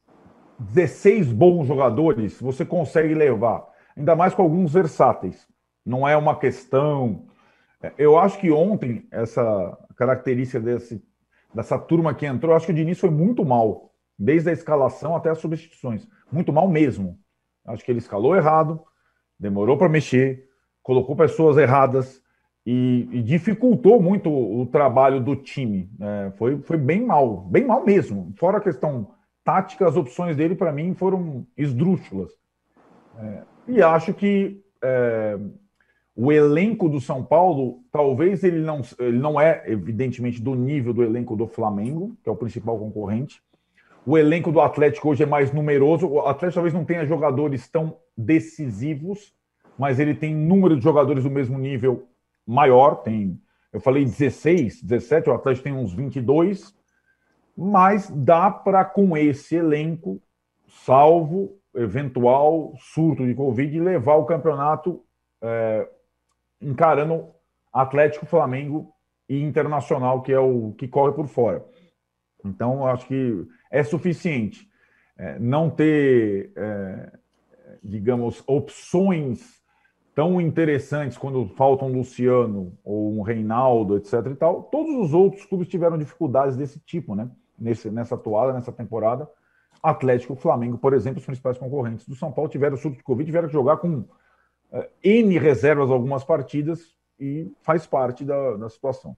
dezesseis bons jogadores, você consegue levar, ainda mais com alguns versáteis. Não é uma questão... Eu acho que ontem, essa característica desse, dessa turma que entrou, eu acho que o Diniz foi muito mal, desde a escalação até as substituições. Muito mal mesmo. Acho que ele escalou errado, demorou para mexer, colocou pessoas erradas, E, e dificultou muito o, o trabalho do time. É, foi, foi bem mal, bem mal mesmo. Fora a questão tática, as opções dele, para mim, foram esdrúxulas. É, e acho que é, O elenco do São Paulo, talvez ele não, ele não é, evidentemente, do nível do elenco do Flamengo, que é o principal concorrente. O elenco do Atlético hoje é mais numeroso. O Atlético talvez não tenha jogadores tão decisivos, mas ele tem número de jogadores do mesmo nível maior. Tem, eu falei dezesseis, dezessete, o Atlético tem uns vinte e dois, mas dá para, com esse elenco, salvo eventual surto de Covid, levar o campeonato é, encarando Atlético, Flamengo e Internacional, que é o que corre por fora. Então, acho que é suficiente é, não ter, é, digamos, opções tão interessantes quando falta um Luciano ou um Reinaldo, etc e tal. Todos os outros clubes tiveram dificuldades desse tipo, né? Nesse, nessa toada, nessa temporada. Atlético e Flamengo, por exemplo, os principais concorrentes do São Paulo, tiveram surto de Covid, tiveram que jogar com uh, N reservas algumas partidas e faz parte da, da situação.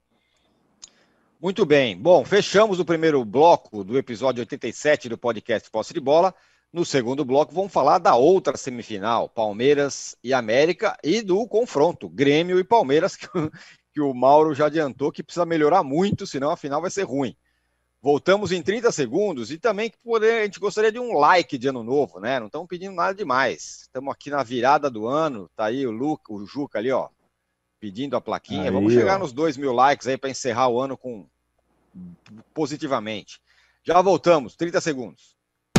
Muito bem. Bom, fechamos o primeiro bloco do episódio oitenta e sete do podcast Posse de Bola. No segundo bloco, vamos falar da outra semifinal, Palmeiras e América, e do confronto, Grêmio e Palmeiras, que, que o Mauro já adiantou que precisa melhorar muito, senão a final vai ser ruim. Voltamos em trinta segundos e também a gente gostaria de um like de ano novo, né? Não estamos pedindo nada demais. Estamos aqui na virada do ano, tá aí o Luca, o Juca ali, ó, pedindo a plaquinha. Aí, vamos chegar ó. nos dois mil likes aí para encerrar o ano com positivamente. Já voltamos, trinta segundos.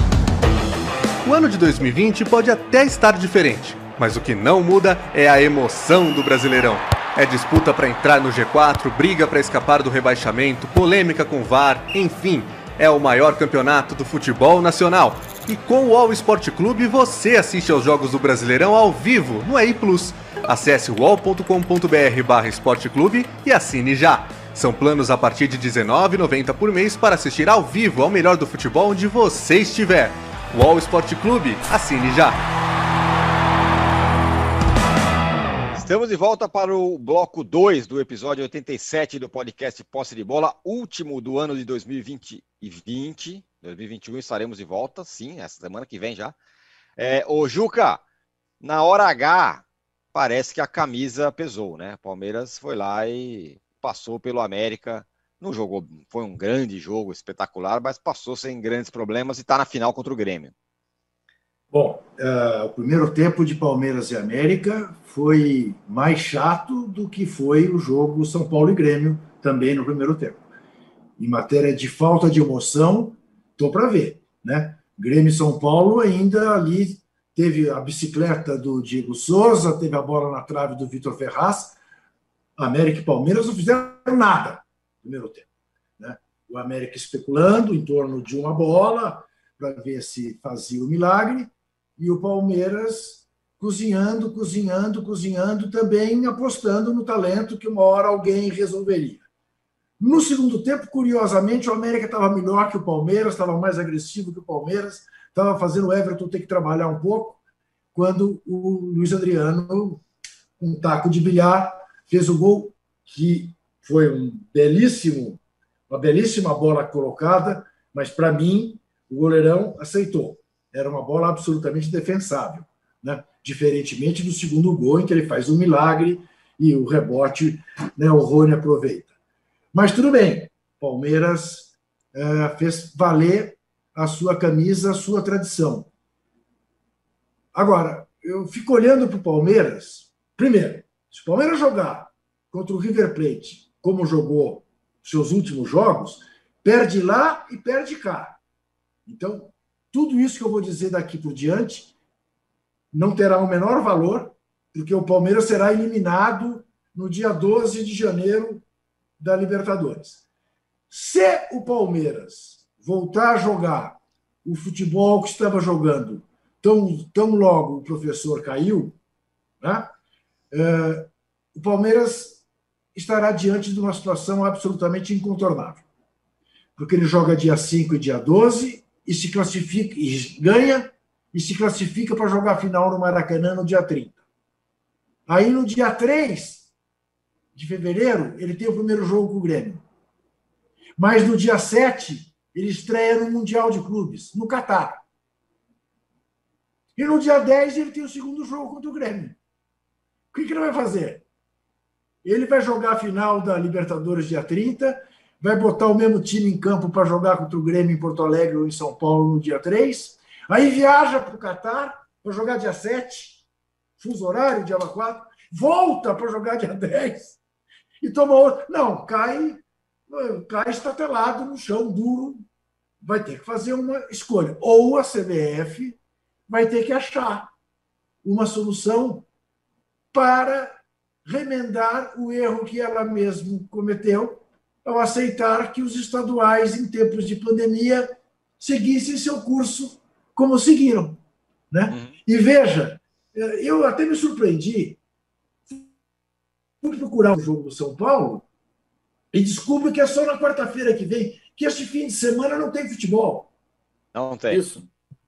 O ano de dois mil e vinte pode até estar diferente, mas o que não muda é a emoção do Brasileirão. É disputa para entrar no G quatro, briga para escapar do rebaixamento, polêmica com V A R, enfim, é o maior campeonato do futebol nacional. E com o All Sport Clube você assiste aos jogos do Brasileirão ao vivo no E I Plus. Acesse uol ponto com ponto br barra esporteclube e assine já. São planos a partir de dezenove reais e noventa centavos por mês para assistir ao vivo ao melhor do futebol onde você estiver. O All Sport Clube, assine já. Estamos de volta para o bloco dois do episódio oitenta e sete do podcast Posse de Bola, último do ano de dois mil e vinte. dois mil e vinte e um estaremos de volta, sim, essa semana que vem já. É, ô Juca, na hora H, parece que a camisa pesou, né? Palmeiras foi lá e passou pelo América, não jogou, foi um grande jogo, espetacular, mas passou sem grandes problemas e está na final contra o Grêmio. Bom, uh, o primeiro tempo de Palmeiras e América foi mais chato do que foi o jogo São Paulo e Grêmio, também no primeiro tempo. Em matéria de falta de emoção, estou para ver, né? Grêmio e São Paulo ainda ali teve a bicicleta do Diego Souza, teve a bola na trave do Vitor Ferraz. América e Palmeiras não fizeram nada no primeiro tempo, né? O América especulando em torno de uma bola para ver se fazia o milagre, e o Palmeiras cozinhando, cozinhando, cozinhando, também apostando no talento que uma hora alguém resolveria. No segundo tempo, curiosamente, o América estava melhor que o Palmeiras, estava mais agressivo que o Palmeiras, estava fazendo o Everton ter que trabalhar um pouco, quando o Luiz Adriano, um taco de bilhar, fez o gol, que foi um belíssimo, uma belíssima bola colocada, mas para mim o goleirão aceitou. Era uma bola absolutamente defensável, né? Diferentemente do segundo gol, em que ele faz um milagre e o rebote, né, o Rony aproveita. Mas tudo bem, Palmeiras é, fez valer a sua camisa, a sua tradição. Agora, eu fico olhando para o Palmeiras. Primeiro, se o Palmeiras jogar contra o River Plate, como jogou seus últimos jogos, perde lá e perde cá. Então, tudo isso que eu vou dizer daqui por diante não terá o menor valor, porque o Palmeiras será eliminado no dia doze de janeiro da Libertadores. Se o Palmeiras voltar a jogar o futebol que estava jogando tão, tão logo o professor caiu, né, é, o Palmeiras estará diante de uma situação absolutamente incontornável. Porque ele joga dia cinco e dia doze e se classifica, e ganha, e se classifica para jogar a final no Maracanã no dia trinta. Aí no dia três de fevereiro, ele tem o primeiro jogo com o Grêmio. Mas no dia sete, ele estreia no Mundial de Clubes, no Catar. E no dia dez, ele tem o segundo jogo contra o Grêmio. O que, que ele vai fazer? Ele vai jogar a final da Libertadores dia trinta, vai botar o mesmo time em campo para jogar contra o Grêmio em Porto Alegre ou em São Paulo no dia três, aí viaja para o Catar para jogar dia sete, fuso horário, dia quatro, volta para jogar dia dez e toma outro. Não, cai, cai estatelado no chão duro, vai ter que fazer uma escolha. Ou a C B F vai ter que achar uma solução para remendar o erro que ela mesma cometeu ao aceitar que os estaduais, em tempos de pandemia, seguissem seu curso como seguiram. Né? Uhum. E veja, eu até me surpreendi, fui procurar o jogo do São Paulo e descubro que é só na quarta-feira que vem, que este fim de semana não tem futebol. Não tem. Isso.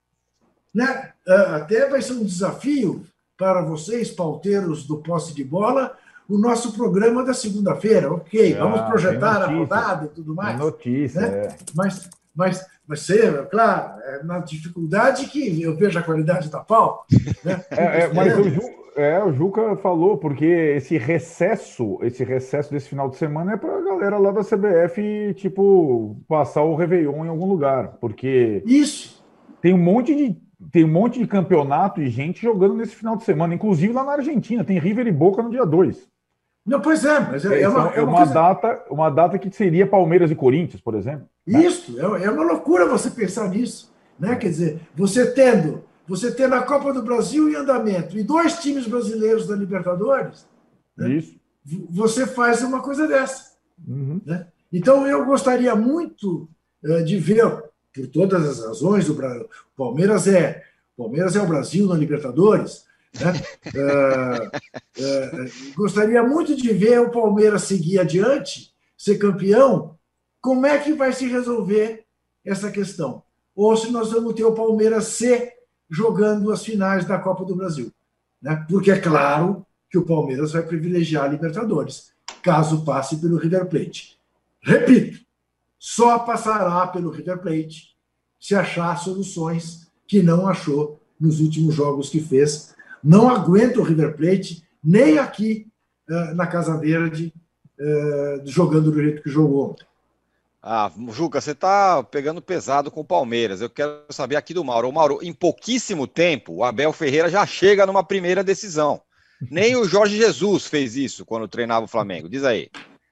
Né? Até vai ser um desafio para vocês, pauteiros do Posse de Bola, o nosso programa da segunda-feira. Ok, ah, vamos projetar notícia, a rodada e tudo mais. Notícia, né? é. Mas, mas, mas ser, claro, é na dificuldade que eu vejo a qualidade da pauta. Né? É, é, mas o, Ju, é, o Juca falou, porque esse recesso, esse recesso desse final de semana é para a galera lá da C B F, tipo, passar o Réveillon em algum lugar. Porque Isso. tem um monte de. Tem um monte de campeonato e gente jogando nesse final de semana, inclusive lá na Argentina. Tem River e Boca no dia dois. Não, pois é, mas é, é uma, é uma, uma coisa... data, uma data que seria Palmeiras e Corinthians, por exemplo. Isso, né? É uma loucura você pensar nisso. Né? Quer dizer, você tendo, você tendo a Copa do Brasil em andamento e dois times brasileiros da Libertadores, né? Isso. Você faz uma coisa dessa. Uhum. Né? Então, eu gostaria muito uh, de ver, por todas as razões, o Palmeiras é, o Palmeiras é o Brasil na Libertadores. Né? uh, uh, gostaria muito de ver o Palmeiras seguir adiante, ser campeão. Como é que vai se resolver essa questão? Ou se nós vamos ter o Palmeiras C jogando as finais da Copa do Brasil. Né? Porque é claro que o Palmeiras vai privilegiar a Libertadores, caso passe pelo River Plate. Repito, só passará pelo River Plate se achar soluções que não achou nos últimos jogos que fez. Não aguenta o River Plate, nem aqui uh, na Casa Verde, uh, jogando do jeito que jogou. Ah, Juca, você está pegando pesado com o Palmeiras. Eu quero saber aqui do Mauro. O Mauro, em pouquíssimo tempo, o Abel Ferreira já chega numa primeira decisão. Nem o Jorge Jesus fez isso quando treinava o Flamengo. Diz aí.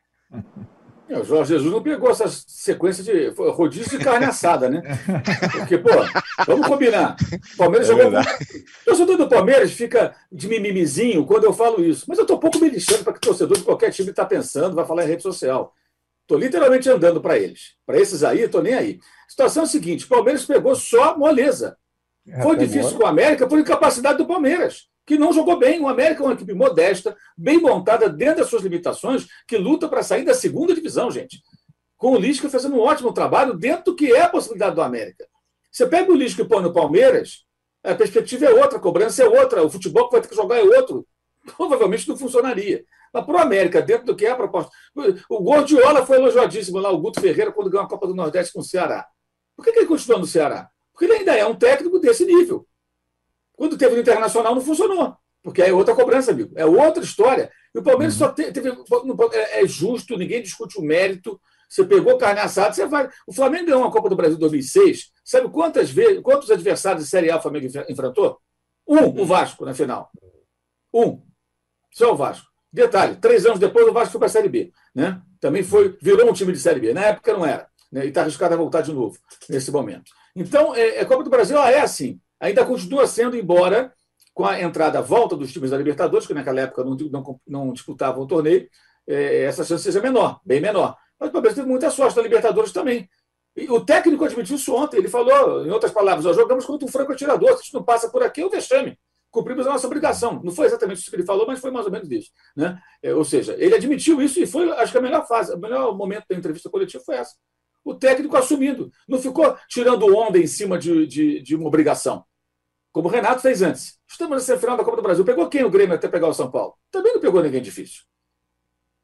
É, o Jorge Jesus não pegou essa sequência de rodízio de carne assada, né? Porque, pô, vamos combinar. O Palmeiras é jogou. O torcedor do Palmeiras fica de mimimizinho quando eu falo isso. Mas eu estou pouco me lixando para que o torcedor de qualquer time está pensando, vai falar em rede social. Estou literalmente andando para eles. Para esses aí, estou nem aí. A situação é a seguinte: o Palmeiras pegou só moleza. É, Foi difícil agora. com o América por incapacidade do Palmeiras, que não jogou bem. O América é uma equipe modesta, bem montada dentro das suas limitações, que luta para sair da segunda divisão, gente. Com o Lisca fazendo um ótimo trabalho dentro do que é a possibilidade do América. Você pega o Lisca e põe no Palmeiras, a perspectiva é outra, a cobrança é outra, o futebol que vai ter que jogar é outro. Provavelmente não funcionaria. Mas para o América, dentro do que é a proposta. O Gordiola foi elogiadíssimo lá, o Guto Ferreira, quando ganhou a Copa do Nordeste com o Ceará. Por que ele continua no Ceará? Porque ele ainda é um técnico desse nível. Quando teve no Internacional, não funcionou. Porque é outra cobrança, amigo. É outra história. E o Palmeiras uhum. só teve. É justo, ninguém discute o mérito. Você pegou carne assada, você vai. O Flamengo ganhou a Copa do Brasil em dois mil e seis. Sabe quantas vezes, quantos adversários de Série A o Flamengo enfrentou? Um, o Vasco, na final. Um. Só o Vasco. Detalhe, três anos depois o Vasco foi para a Série B. Né? Também foi, virou um time de Série B. Na época não era. Né? E está arriscado a voltar de novo nesse momento. Então, é, a Copa do Brasil ela é assim. Ainda continua sendo, embora com a entrada, a volta dos times da Libertadores, que naquela época não, não, não disputavam o torneio, é, essa chance seja menor, bem menor. Mas o Palmeiras teve muita sorte na Libertadores também. E o técnico admitiu isso ontem. Ele falou, em outras palavras, ó, jogamos contra um franco atirador. Se a gente não passa por aqui, é o vexame. Cumprimos a nossa obrigação. Não foi exatamente isso que ele falou, mas foi mais ou menos isso. Né? É, ou seja, ele admitiu isso e foi, acho que a melhor fase, o melhor momento da entrevista coletiva foi essa. O técnico assumindo. Não ficou tirando onda em cima de, de, de uma obrigação. Como o Renato fez antes. Estamos na semifinal da Copa do Brasil. Pegou quem o Grêmio até pegar o São Paulo? Também não pegou ninguém difícil.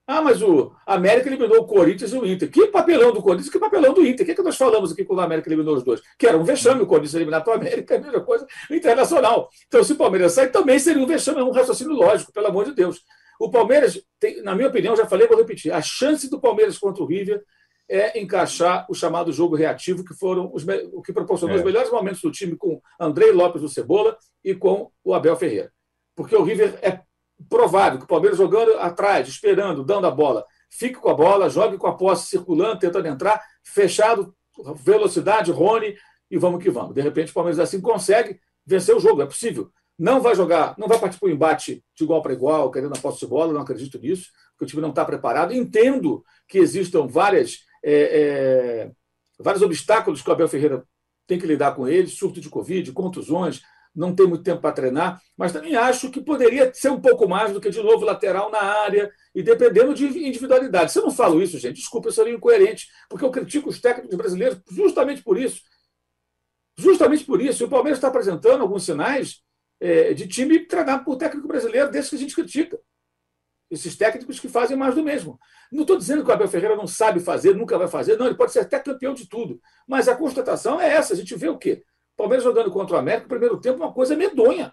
Ah, mas o América eliminou o Corinthians e o Inter. Que papelão do Corinthians, que papelão do Inter. O que, é que nós falamos aqui quando o América eliminou os dois? Que era um vexame o Corinthians eliminar para o América, é a mesma coisa no Internacional. Então, se o Palmeiras sair, também seria um vexame, é um raciocínio lógico, pelo amor de Deus. O Palmeiras, tem, na minha opinião, já falei, vou repetir, a chance do Palmeiras contra o River é encaixar o chamado jogo reativo, que foram os, o que proporcionou é. os melhores momentos do time com Andrei Lopes do Cebola e com o Abel Ferreira. Porque o River é provável que o Palmeiras jogando atrás, esperando, dando a bola, fique com a bola, jogue com a posse circulando, tentando entrar, fechado, velocidade, Rony, e vamos que vamos. De repente o Palmeiras assim consegue vencer o jogo, é possível. Não vai jogar, não vai partir para o embate de igual para igual, querendo a posse de bola, não acredito nisso, porque o time não está preparado. Entendo que existam várias, é, é, vários obstáculos que o Abel Ferreira tem que lidar com eles, surto de Covid, contusões, não tem muito tempo para treinar, mas também acho que poderia ser um pouco mais do que, de novo, lateral na área, e dependendo de individualidade. Se eu não falo isso, gente, desculpa, eu seria incoerente, porque eu critico os técnicos brasileiros justamente por isso. Justamente por isso. E o Palmeiras está apresentando alguns sinais é, de time treinado por técnico brasileiro, desses que a gente critica. Esses técnicos que fazem mais do mesmo. Não estou dizendo que o Abel Ferreira não sabe fazer, nunca vai fazer, não, ele pode ser até campeão de tudo. Mas a constatação é essa, a gente vê o quê? O Palmeiras jogando contra o América, no primeiro tempo, uma coisa medonha.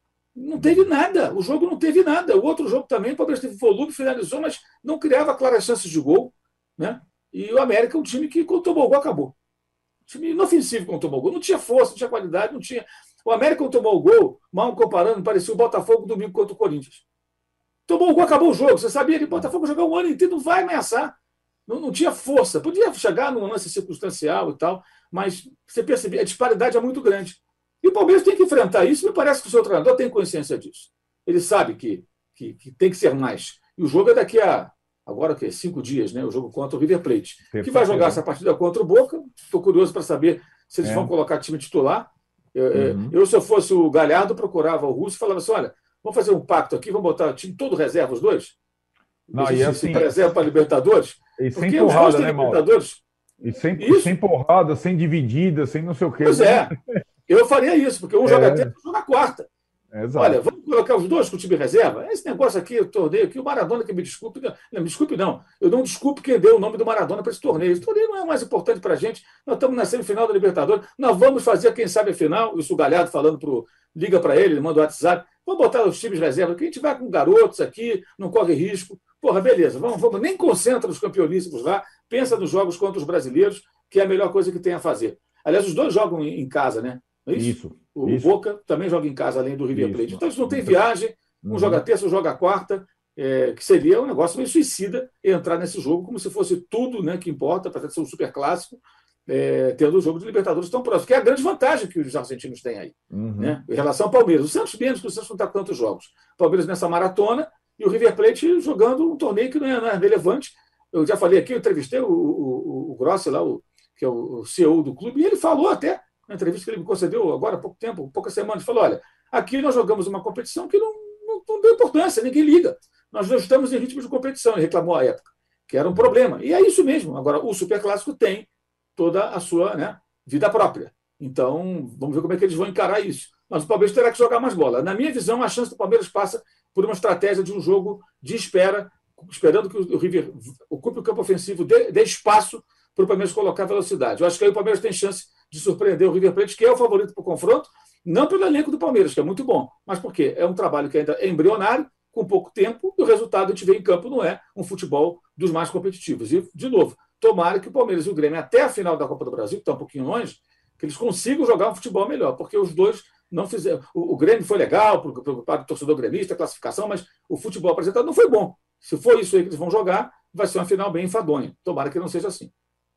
Não teve nada, o jogo não teve nada. O outro jogo também, o Palmeiras teve volume, finalizou, mas não criava claras chances de gol. Né? E o América é um time que, quando tomou gol, acabou. Um time inofensivo quando tomou gol. Não tinha força, não tinha qualidade, não tinha. O América, quando tomou o gol, mal comparando, parecia o Botafogo domingo contra o Corinthians. Tomou o gol, acabou o jogo. Você sabia que o Botafogo jogar um ano inteiro, não vai ameaçar. Não, não tinha força. Podia chegar num lance circunstancial e tal, mas você percebia, a disparidade é muito grande. E o Palmeiras tem que enfrentar isso, me parece que o seu treinador tem consciência disso. Ele sabe que, que, que tem que ser mais. E o jogo é daqui a, agora o quê? Cinco dias, né? O jogo contra o River Plate, que vai jogar essa partida contra o Boca. Estou curioso para saber se eles é. vão colocar time titular. Eu, uhum. eu, se eu fosse o Galhardo, procurava o Russo e falava assim, olha, vamos fazer um pacto aqui, vamos botar o time todo reserva, os dois? Não, a gente e assim, se reserva para a Libertadores? E sem porque porrada, os dois né, Libertadores. E sem, e sem porrada, sem dividida, sem não sei o quê. Pois é. Eu faria isso, porque um é. joga terça e joga quarta. Exato. Olha, vamos colocar os dois com o time reserva? Esse negócio aqui, o torneio aqui, o Maradona que me desculpe. Não, me desculpe, não. Eu não desculpo quem deu o nome do Maradona para esse torneio. Esse torneio não é o mais importante para a gente. Nós estamos na semifinal da Libertadores. Nós vamos fazer, quem sabe, a final. Isso o Galhardo falando para liga para ele, ele manda o WhatsApp. Vamos botar os times reserva, que a gente vai com garotos aqui, não corre risco. Porra, beleza, vamos, vamos. Nem concentra nos campeoníssimos lá, pensa nos jogos contra os brasileiros, que é a melhor coisa que tem a fazer. Aliás, os dois jogam em casa, né? Não é isso? Isso. O isso. Boca também joga em casa, além do River Plate. Então, isso não tem viagem, um uhum. joga terça, um joga quarta, é, que seria um negócio meio suicida entrar nesse jogo, como se fosse tudo, né, que importa, para ser um super clássico, é, tendo o jogo de Libertadores tão próximo, que é a grande vantagem que os argentinos têm aí, uhum. né, em relação ao Palmeiras. O Santos menos, que o Santos não está com tantos jogos. O Palmeiras nessa maratona e o River Plate jogando um torneio que não é, não é relevante. Eu já falei aqui, eu entrevistei o, o, o Grossi, lá, o, que é o C E O do clube, e ele falou até, na entrevista que ele me concedeu agora há pouco tempo, poucas semanas, falou, olha, aqui nós jogamos uma competição que não, não, não deu importância, ninguém liga. Nós não estamos em ritmo de competição, ele reclamou à época, que era um problema. E é isso mesmo. Agora, o Superclássico tem toda a sua, né, vida própria. Então, vamos ver como é que eles vão encarar isso. Mas o Palmeiras terá que jogar mais bola. Na minha visão, a chance do Palmeiras passa por uma estratégia de um jogo de espera, esperando que o River ocupe o campo ofensivo, dê, dê espaço para o Palmeiras colocar velocidade. Eu acho que aí o Palmeiras tem chance de surpreender o River Plate, que é o favorito para o confronto, não pelo elenco do Palmeiras, que é muito bom, mas porque é um trabalho que ainda é embrionário, com pouco tempo, e o resultado a gente vê em campo não é um futebol dos mais competitivos. E, de novo, tomara que o Palmeiras e o Grêmio, até a final da Copa do Brasil, que está um pouquinho longe, que eles consigam jogar um futebol melhor, porque os dois não fizeram. O, o Grêmio foi legal, para o torcedor gremista, a classificação, mas o futebol apresentado não foi bom. Se for isso aí que eles vão jogar, vai ser uma final bem enfadonha. Tomara que não seja assim.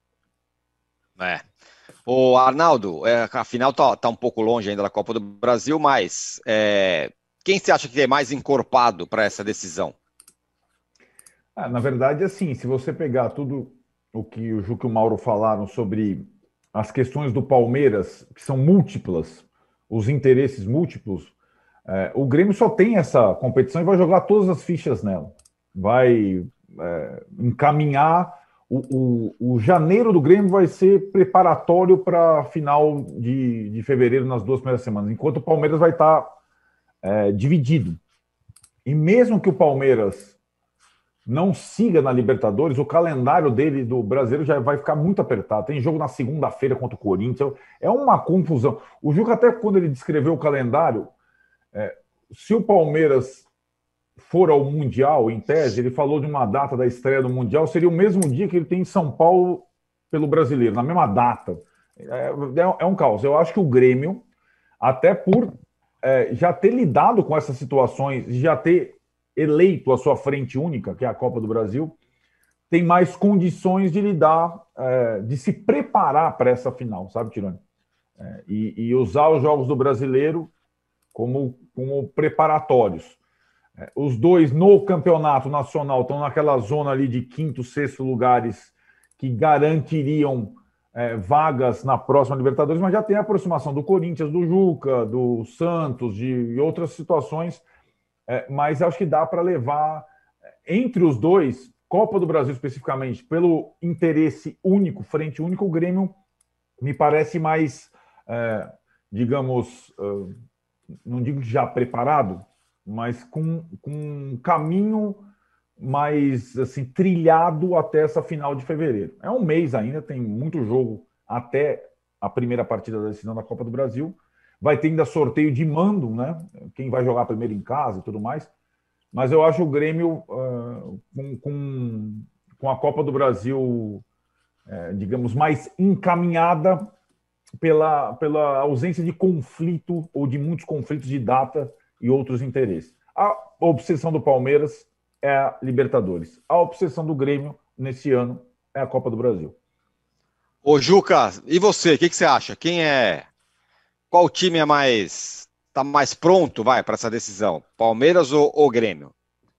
É. O Arnaldo, é, a final está tá um pouco longe ainda da Copa do Brasil, mas é, quem você acha que é mais encorpado para essa decisão? Ah, na verdade, assim, se você pegar tudo o que o Juca e o Mauro falaram sobre as questões do Palmeiras, que são múltiplas, os interesses múltiplos, é, o Grêmio só tem essa competição e vai jogar todas as fichas nela. Vai é, encaminhar. O, o, o janeiro do Grêmio vai ser preparatório para a final de, de fevereiro nas duas primeiras semanas, enquanto o Palmeiras vai estar é, dividido. E mesmo que o Palmeiras não siga na Libertadores, o calendário dele do brasileiro já vai ficar muito apertado. Tem jogo na segunda-feira contra o Corinthians, é uma confusão. O Juca, até quando ele descreveu o calendário, é, se o Palmeiras for ao Mundial, em tese, ele falou de uma data da estreia do Mundial, seria o mesmo dia que ele tem em São Paulo pelo brasileiro, na mesma data. É, é um caos. Eu acho que o Grêmio, até por é, já ter lidado com essas situações, já ter eleito a sua frente única, que é a Copa do Brasil, tem mais condições de lidar, é, de se preparar para essa final, sabe, Tironi? É, e, e usar os jogos do brasileiro como, como preparatórios. É, os dois no campeonato nacional estão naquela zona ali de quinto, sexto lugares que garantiriam é, vagas na próxima Libertadores, mas já tem a aproximação do Corinthians, do Juca, do Santos, de outras situações. É, mas acho que dá para levar, entre os dois, Copa do Brasil especificamente, pelo interesse único, frente único, o Grêmio me parece mais, é, digamos, é, não digo já preparado, mas com, com um caminho mais assim, trilhado até essa final de fevereiro. É um mês ainda, tem muito jogo até a primeira partida da decisão da Copa do Brasil. Vai ter ainda sorteio de mando, né? Quem vai jogar primeiro em casa e tudo mais. Mas eu acho o Grêmio uh, com, com, com a Copa do Brasil, uh, digamos, mais encaminhada pela, pela ausência de conflito ou de muitos conflitos de data e outros interesses. A obsessão do Palmeiras é a Libertadores. A obsessão do Grêmio, nesse ano, é a Copa do Brasil. Ô, Juca, e você? O que, que você acha? Quem é... Qual time é mais está mais pronto, vai, para essa decisão? Palmeiras ou, ou Grêmio?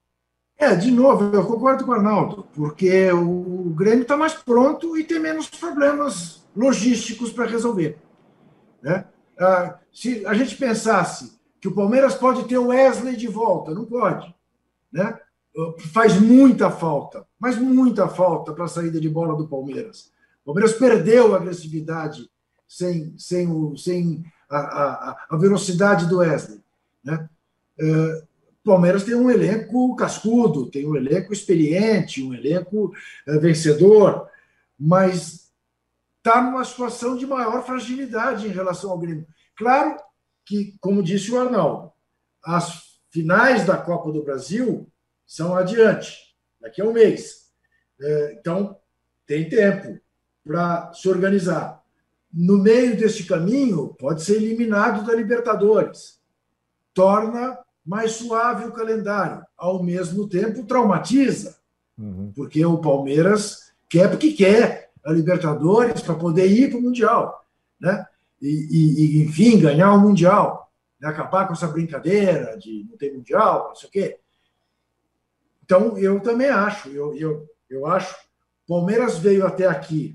É, de novo, eu concordo com o Arnaldo, porque o Grêmio está mais pronto e tem menos problemas logísticos para resolver. Né? Ah, se a gente pensasse que o Palmeiras pode ter o Wesley de volta, não pode. Né? Faz muita falta, mas muita falta para a saída de bola do Palmeiras. O Palmeiras perdeu a agressividade sem, sem, o, sem a, a, a velocidade do Wesley. Né? O Palmeiras tem um elenco cascudo, tem um elenco experiente, um elenco vencedor, mas está numa situação de maior fragilidade em relação ao Grêmio. Claro que, como disse o Arnaldo, as finais da Copa do Brasil são adiante, daqui a um mês. Então, tem tempo para se organizar. No meio desse caminho, pode ser eliminado da Libertadores. Torna mais suave o calendário. Ao mesmo tempo, traumatiza. Uhum. Porque o Palmeiras quer porque quer a Libertadores para poder ir para o Mundial. Né? E, e, enfim, ganhar o Mundial. Né? Acabar com essa brincadeira de não ter Mundial, não sei o quê. Então, eu também acho. Eu, eu, eu acho. Palmeiras veio até aqui,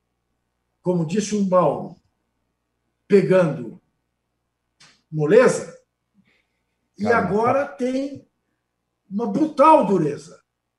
como disse o Mauro, pegando moleza, e agora tem uma brutal dureza.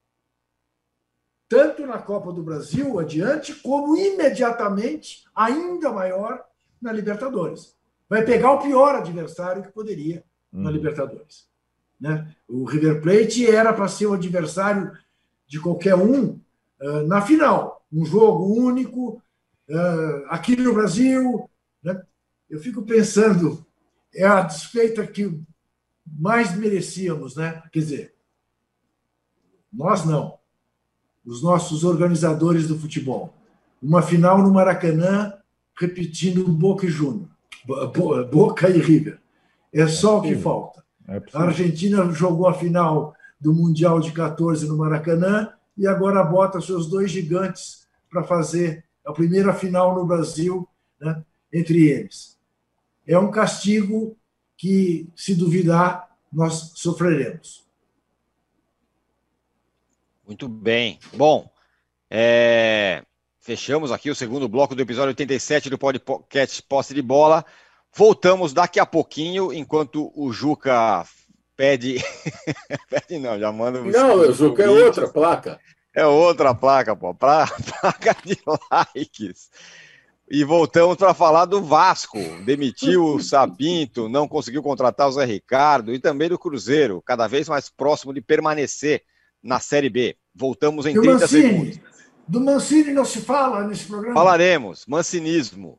Tanto na Copa do Brasil adiante, como imediatamente, ainda maior, na Libertadores. Vai pegar o pior adversário que poderia na hum. Libertadores. Né? O River Plate era para ser o adversário de qualquer um uh, na final. Um jogo único, uh, aqui no Brasil. Né? Eu fico pensando, é a desfeita que mais merecíamos, né? Quer dizer, nós não, os nossos organizadores do futebol. Uma final no Maracanã, repetindo Boca e Júnior, Boca e River. É só é o que falta. É a Argentina jogou a final do Mundial de quatorze no Maracanã e agora bota seus dois gigantes para fazer a primeira final no Brasil, né, entre eles. É um castigo que, se duvidar, nós sofreremos. Muito bem. Bom, é... fechamos aqui o segundo bloco do episódio oitenta e sete do podcast Posse de Bola. Voltamos daqui a pouquinho, enquanto o Juca pede... pede não, já manda... Não, o Juca é outra placa. É outra placa, pô. Pra... placa de likes. E voltamos para falar do Vasco. Demitiu o Sapinto, não conseguiu contratar o Zé Ricardo e também do Cruzeiro, cada vez mais próximo de permanecer na Série B. Voltamos em E o trinta Mancini? segundos. Do Mancini não se fala nesse programa? Falaremos. Mancinismo.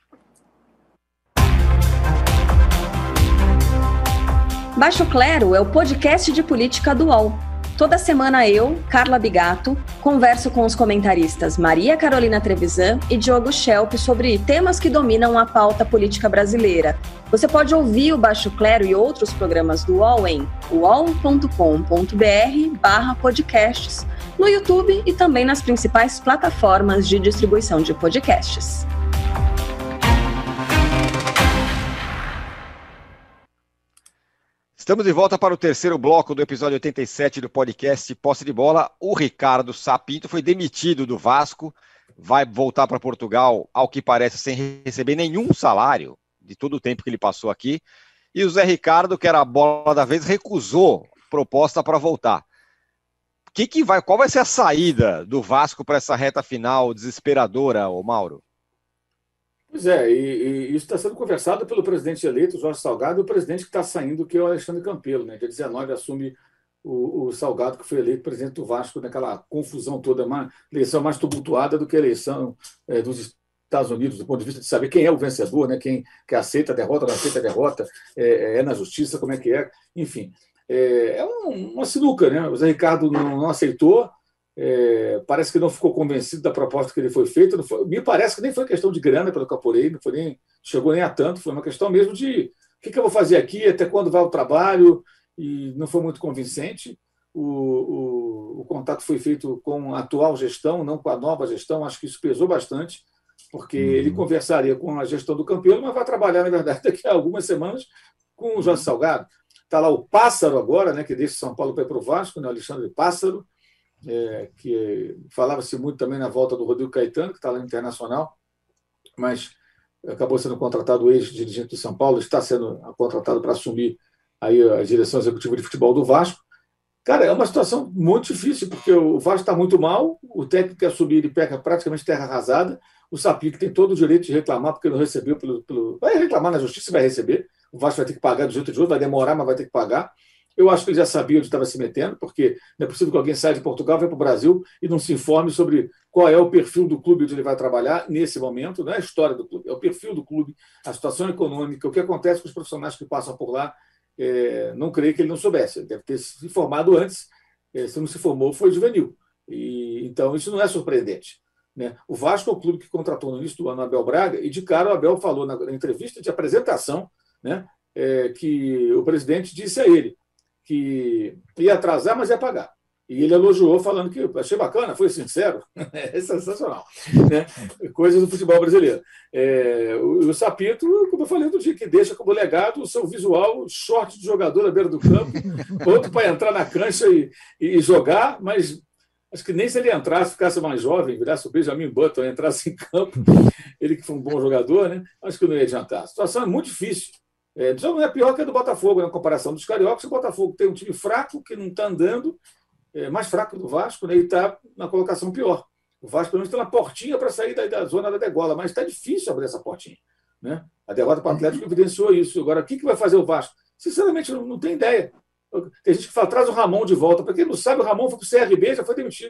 Baixo Clero é o podcast de política do U O L. Toda semana eu, Carla Bigato, converso com os comentaristas Maria Carolina Trevisan e Diogo Schelp sobre temas que dominam a pauta política brasileira. Você pode ouvir o Baixo Clero e outros programas do U O L em uol ponto com ponto br barra podcasts, no YouTube e também nas principais plataformas de distribuição de podcasts. Estamos de volta para o terceiro bloco do episódio oitenta e sete do podcast Posse de Bola. O Ricardo Sapinto foi demitido do Vasco, vai voltar para Portugal, ao que parece, sem receber nenhum salário de todo o tempo que ele passou aqui. E o Zé Ricardo, que era a bola da vez, recusou proposta para voltar. Que que vai, qual vai ser a saída do Vasco para essa reta final desesperadora, ô Mauro? Pois é, e, e isso está sendo conversado pelo presidente eleito, Jorge Salgado, e o presidente que está saindo, que é o Alexandre Campelo. Né? Dia dezenove assume o, o Salgado, que foi eleito presidente do Vasco, naquela confusão toda, uma eleição mais tumultuada do que a eleição é, dos Estados Unidos, do ponto de vista de saber quem é o vencedor, né? Quem que aceita a derrota, não aceita a derrota, é, é na justiça, como é que é, enfim. É, é um, uma sinuca, né? O Zé Ricardo não, não aceitou, é, parece que não ficou convencido da proposta que ele foi feita. Não foi, me parece que nem foi questão de grana, pelo que eu apurei, não foi nem, chegou nem a tanto, foi uma questão mesmo de o que, que eu vou fazer aqui, até quando vai o trabalho, e não foi muito convincente. O, o, o contato foi feito com a atual gestão, não com a nova gestão, acho que isso pesou bastante, porque uhum. ele conversaria com a gestão do Campelo, mas vai trabalhar, na verdade, daqui a algumas semanas com o Jorge Salgado. Está lá o Pássaro agora, né, que deixa São Paulo para ir para o Vasco, né, o Alexandre Pássaro, é, que falava-se muito também na volta do Rodrigo Caetano, que está lá no Internacional, mas acabou sendo contratado o ex-dirigente do São Paulo, está sendo contratado para assumir aí a direção executiva de futebol do Vasco. Cara, é uma situação muito difícil, porque o Vasco está muito mal, o técnico quer subir e pega praticamente terra arrasada, o Sapinto que tem todo o direito de reclamar, porque não recebeu pelo, pelo... Vai reclamar na justiça e vai receber, o Vasco vai ter que pagar do jeito de outro, vai demorar, mas vai ter que pagar. Eu acho que ele já sabia onde estava se metendo, porque não é possível que alguém saia de Portugal, venha para o Brasil e não se informe sobre qual é o perfil do clube onde ele vai trabalhar nesse momento, não é a história do clube, é o perfil do clube, a situação econômica, o que acontece com os profissionais que passam por lá. É, não creio que ele não soubesse, ele deve ter se informado antes, é, se não se formou foi juvenil. E, então isso não é surpreendente. Né? O Vasco é o clube que contratou no início do ano o Abel Braga, e de cara o Abel falou na, na entrevista de apresentação, né, é, que o presidente disse a ele que ia atrasar, mas ia pagar. E ele elogiou, falando que achei bacana, foi sincero, é sensacional. Né? Coisas do futebol brasileiro. É, o, o Sapinto, como eu falei do dia, que deixa como legado o seu visual, short de jogador à beira do campo, outro para entrar na cancha e, e jogar, mas acho que nem se ele entrasse, ficasse mais jovem, virasse o Benjamin Button, entrasse em campo, ele que foi um bom jogador, né? Acho que não ia adiantar. A situação é muito difícil. É, não é pior que a do Botafogo, na comparação dos cariocas. O Botafogo tem um time fraco, que não está andando, é, mais fraco do Vasco, né, e está na colocação pior. O Vasco, pelo menos, tem uma portinha para sair da, da zona da degola, mas está difícil abrir essa portinha. Né? A derrota para o Atlético evidenciou isso. Agora, o que, que vai fazer o Vasco? Sinceramente, não, não tem ideia. Tem gente que fala, traz o Ramon de volta. Para quem não sabe, o Ramon foi para o C R B, já foi demitido.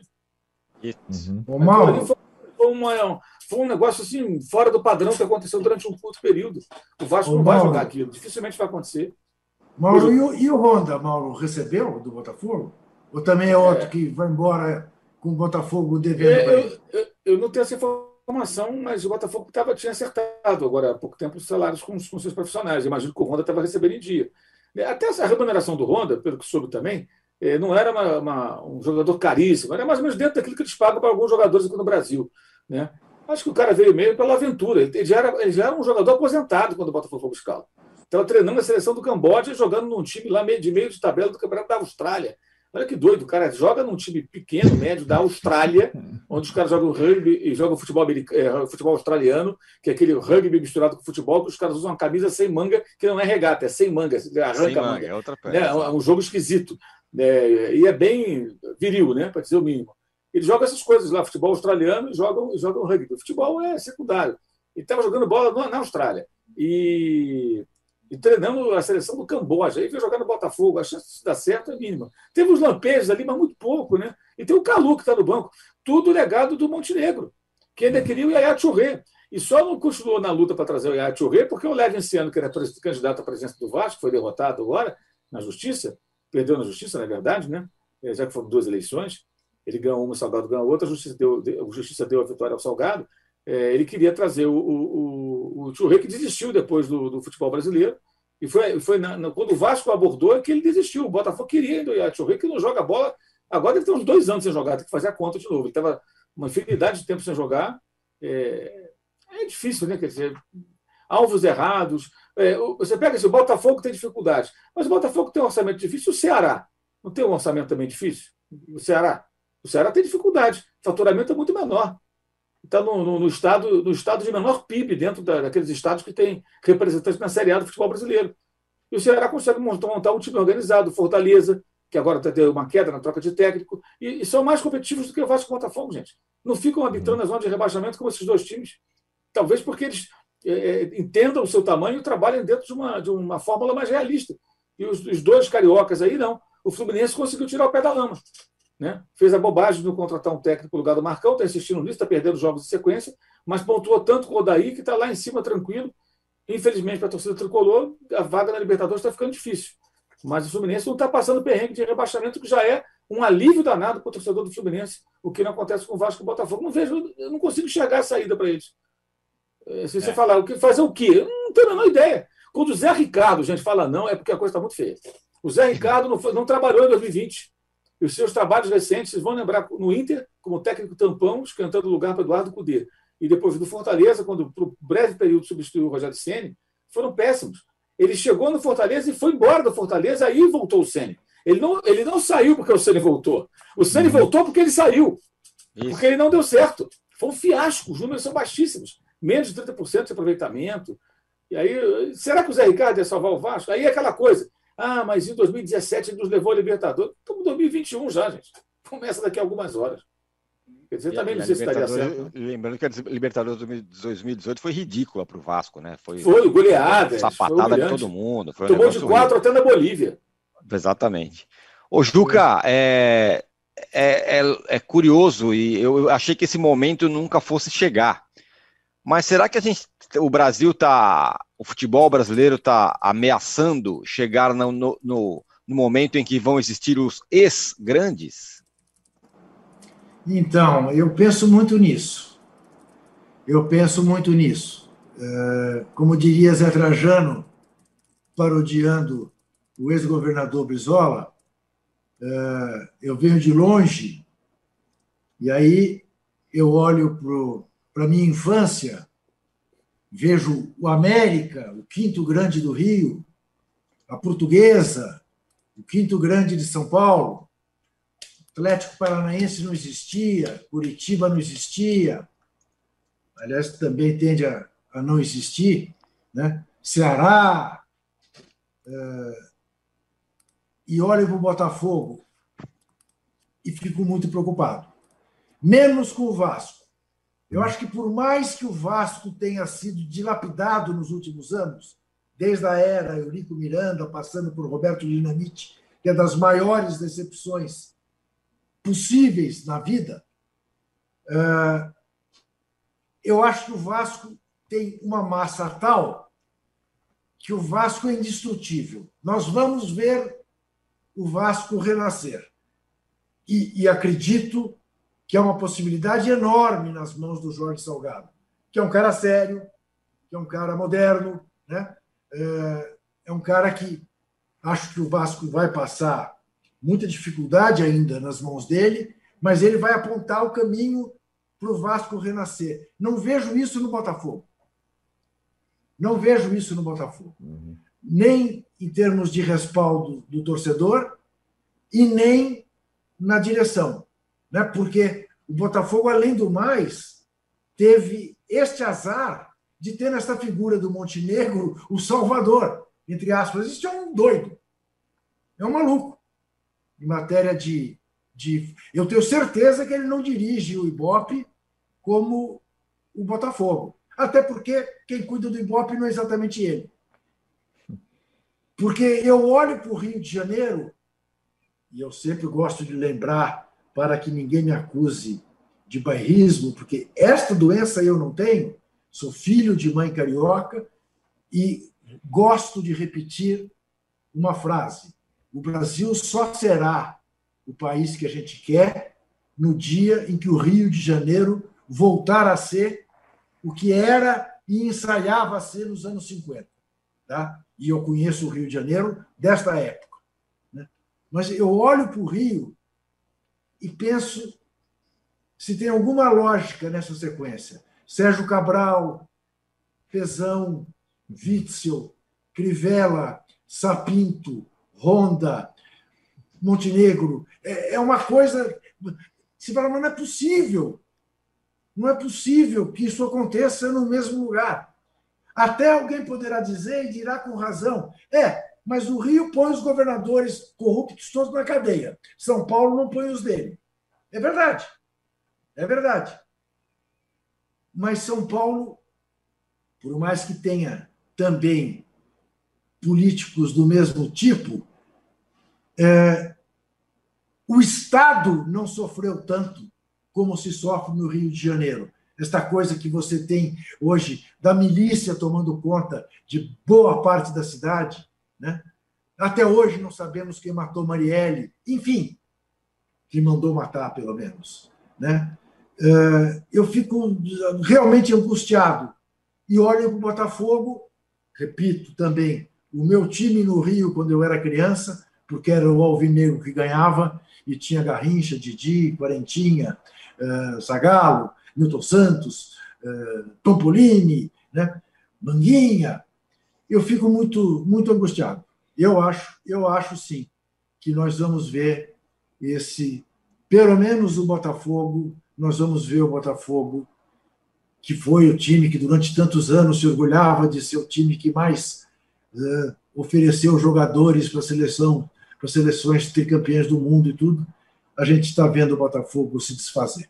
Uhum. Foi, foi, uma, foi um negócio assim, fora do padrão que aconteceu durante um curto período. O Vasco Ô, não vai Mauro, jogar aquilo, dificilmente vai acontecer. Mauro, e o, e o Honda, Mauro, recebeu do Botafogo? Ou também é outro é. que vai embora com o Botafogo devendo? É, eu, eu, eu não tenho essa informação, mas o Botafogo tava, tinha acertado agora há pouco tempo os salários com, com seus profissionais. Eu imagino que o Honda estava recebendo em dia. Até essa remuneração do Honda, pelo que soube também, não era uma, uma, um jogador caríssimo, era mais ou menos dentro daquilo que eles pagam para alguns jogadores aqui no Brasil. Né? Acho que o cara veio meio pela aventura. Ele já era, ele já era um jogador aposentado quando o Botafogo foi buscá-lo. Estava treinando a seleção do Camboja, jogando num time lá de meio de tabela do Campeonato da Austrália. Olha que doido, o cara joga num time pequeno, médio, da Austrália, onde os caras jogam rugby e jogam futebol, é, futebol australiano, que é aquele rugby misturado com futebol, que os caras usam uma camisa sem manga, que não é regata, é sem manga, arranca sem manga, manga. É, outra peça. É, é um jogo esquisito. É, e é bem viril, né, para dizer o mínimo. Ele joga essas coisas lá, futebol australiano, e jogam, e jogam rugby. O futebol é secundário. Ele estava jogando bola na Austrália. E, e treinando a seleção do Camboja. Aí veio jogar no Botafogo, a chance de dar certo é mínima. Teve uns lampejos ali, mas muito pouco, né? E tem o Calu, que está no banco. Tudo legado do Montenegro, que ainda queria o Yaya Touré. E só não continuou na luta para trazer o Yaya Touré, porque o Levinciano, que era candidato à presidência do Vasco, foi derrotado agora na Justiça, perdeu na Justiça, na verdade, né? Já que foram duas eleições, ele ganhou uma, o Salgado ganhou outra, a Justiça deu, a Justiça deu a vitória ao Salgado. É, ele queria trazer o, o, o Touré, que desistiu depois do, do futebol brasileiro, e foi, foi na, na, quando o Vasco abordou é que ele desistiu. O Botafogo queria ainda o Yaya Touré, que não joga bola, agora ele tem uns dois anos sem jogar, tem que fazer a conta de novo. Ele estava uma infinidade de tempo sem jogar. É, é difícil, né? Quer dizer, alvos errados. É, você pega esse, o Botafogo tem dificuldade, mas o Botafogo tem um orçamento difícil. O Ceará não tem um orçamento também difícil? O Ceará, o Ceará tem dificuldade, o faturamento é muito menor. Está no, no, no, estado, no estado de menor P I B dentro da, daqueles estados que tem representantes na Série A do futebol brasileiro. E o Ceará consegue montar, montar um time organizado, Fortaleza, que agora está tendo uma queda na troca de técnico, e, e são mais competitivos do que o Vasco e o Botafogo, gente. Não ficam habitando a zona de rebaixamento como esses dois times. Talvez porque eles é, entendam o seu tamanho e trabalhem dentro de uma, de uma fórmula mais realista. E os, os dois cariocas aí, não. O Fluminense conseguiu tirar o pé da lama. Né? Fez a bobagem de não contratar um técnico no lugar do Marcão, está insistindo nisso, está perdendo jogos de sequência, mas pontuou tanto com o Odaí que está lá em cima tranquilo. Infelizmente, para a torcida tricolor, a vaga na Libertadores está ficando difícil. Mas o Fluminense não está passando perrengue de rebaixamento, que já é um alívio danado para o torcedor do Fluminense, o que não acontece com o Vasco e o Botafogo. Não vejo, eu não consigo enxergar a saída para eles. Se você é. falar, fazer o quê? Eu não tenho a menor ideia. Quando o Zé Ricardo, gente, fala não, é porque a coisa está muito feia. O Zé Ricardo não, foi, não trabalhou em dois mil e vinte. E os seus trabalhos recentes, vocês vão lembrar no Inter, como técnico tampão, esquentando o lugar para Eduardo Cudê. E depois do Fortaleza, quando por um breve período substituiu o Rogério Ceni, foram péssimos. Ele chegou no Fortaleza e foi embora do Fortaleza, aí voltou o Ceni. Ele não, ele não saiu porque o Ceni voltou. O Ceni uhum. voltou porque ele saiu. Isso. Porque ele não deu certo. Foi um fiasco, os números são baixíssimos. Menos de trinta por cento de aproveitamento. E aí, será que o Zé Ricardo ia salvar o Vasco? Aí é aquela coisa. Ah, mas em dois mil e dezessete ele nos levou a Libertadores. Estamos em dois mil e vinte e um já, gente. Começa daqui a algumas horas. Quer dizer, e também não sei se estaria certo. Lembrando que a Libertadores de dois mil e dezoito foi ridícula para o Vasco, né? Foi, foi goleada. Sapatada de todo mundo. Foi um Tomou de quatro até na Bolívia. Exatamente. Ô, Juca, é, é, é, é curioso, e eu achei que esse momento nunca fosse chegar. Mas será que a gente, o Brasil está, o futebol brasileiro está ameaçando chegar no, no, no momento em que vão existir os ex-grandes? Então, eu penso muito nisso. Eu penso muito nisso. É, como diria Zé Trajano, parodiando o ex-governador Brizola, é, eu venho de longe e aí eu olho para a minha infância, vejo o América, o quinto grande do Rio, a Portuguesa, o quinto grande de São Paulo, Atlético Paranaense não existia, Curitiba não existia, aliás, também tende a, a não existir, né? Ceará, é, e olho para o Botafogo e fico muito preocupado. Menos com o Vasco. Eu acho que por mais que o Vasco tenha sido dilapidado nos últimos anos, desde a era Eurico Miranda, passando por Roberto Dinamite, que é das maiores decepções possíveis na vida, eu acho que o Vasco tem uma massa tal que o Vasco é indestrutível. Nós vamos ver o Vasco renascer. E, e acredito que é uma possibilidade enorme nas mãos do Jorge Salgado, que é um cara sério, que é um cara moderno, né? É um cara que acho que o Vasco vai passar muita dificuldade ainda nas mãos dele, mas ele vai apontar o caminho para o Vasco renascer. Não vejo isso no Botafogo. Não vejo isso no Botafogo. Uhum. Nem em termos de respaldo do torcedor e nem na direção. Né? Porque o Botafogo, além do mais, teve este azar de ter nessa figura do Montenegro o salvador, entre aspas. Isso é um doido. É um maluco. Em matéria de, de... Eu tenho certeza que ele não dirige o Ibope como o Botafogo. Até porque quem cuida do Ibope não é exatamente ele. Porque eu olho para o Rio de Janeiro, e eu sempre gosto de lembrar, para que ninguém me acuse de bairrismo, porque esta doença eu não tenho, sou filho de mãe carioca, e gosto de repetir uma frase: o Brasil só será o país que a gente quer no dia em que o Rio de Janeiro voltar a ser o que era e ensaiava a ser nos anos cinquenta. Tá? E eu conheço o Rio de Janeiro desta época. Né? Mas eu olho para o Rio e penso se tem alguma lógica nessa sequência. Sérgio Cabral, Pezão, Witzel, Crivella, Sapinto, Honda, Montenegro. É uma coisa... Você fala, mas não é possível. Não é possível que isso aconteça no mesmo lugar. Até alguém poderá dizer, e dirá com razão, é, mas o Rio põe os governadores corruptos todos na cadeia. São Paulo não põe os dele. É verdade. É verdade. Mas São Paulo, por mais que tenha também políticos do mesmo tipo, é, o Estado não sofreu tanto como se sofre no Rio de Janeiro. Esta coisa que você tem hoje da milícia tomando conta de boa parte da cidade, né? Até hoje não sabemos quem matou Marielle, enfim, que mandou matar, pelo menos. Né? Eu fico realmente angustiado e olho para o Botafogo, repito também, o meu time no Rio, quando eu era criança, porque era o Alvinegro que ganhava, e tinha Garrincha, Didi, Quarentinha, uh, Zagallo, Newton Santos, uh, Tompolini, né? Manguinha. Eu fico muito, muito angustiado. Eu acho, eu acho sim que nós vamos ver esse, pelo menos o Botafogo, nós vamos ver o Botafogo, que foi o time que durante tantos anos se orgulhava de ser o time que mais uh, ofereceu jogadores para a seleção, para seleções tricampeãs do mundo e tudo. A gente está vendo o Botafogo se desfazer.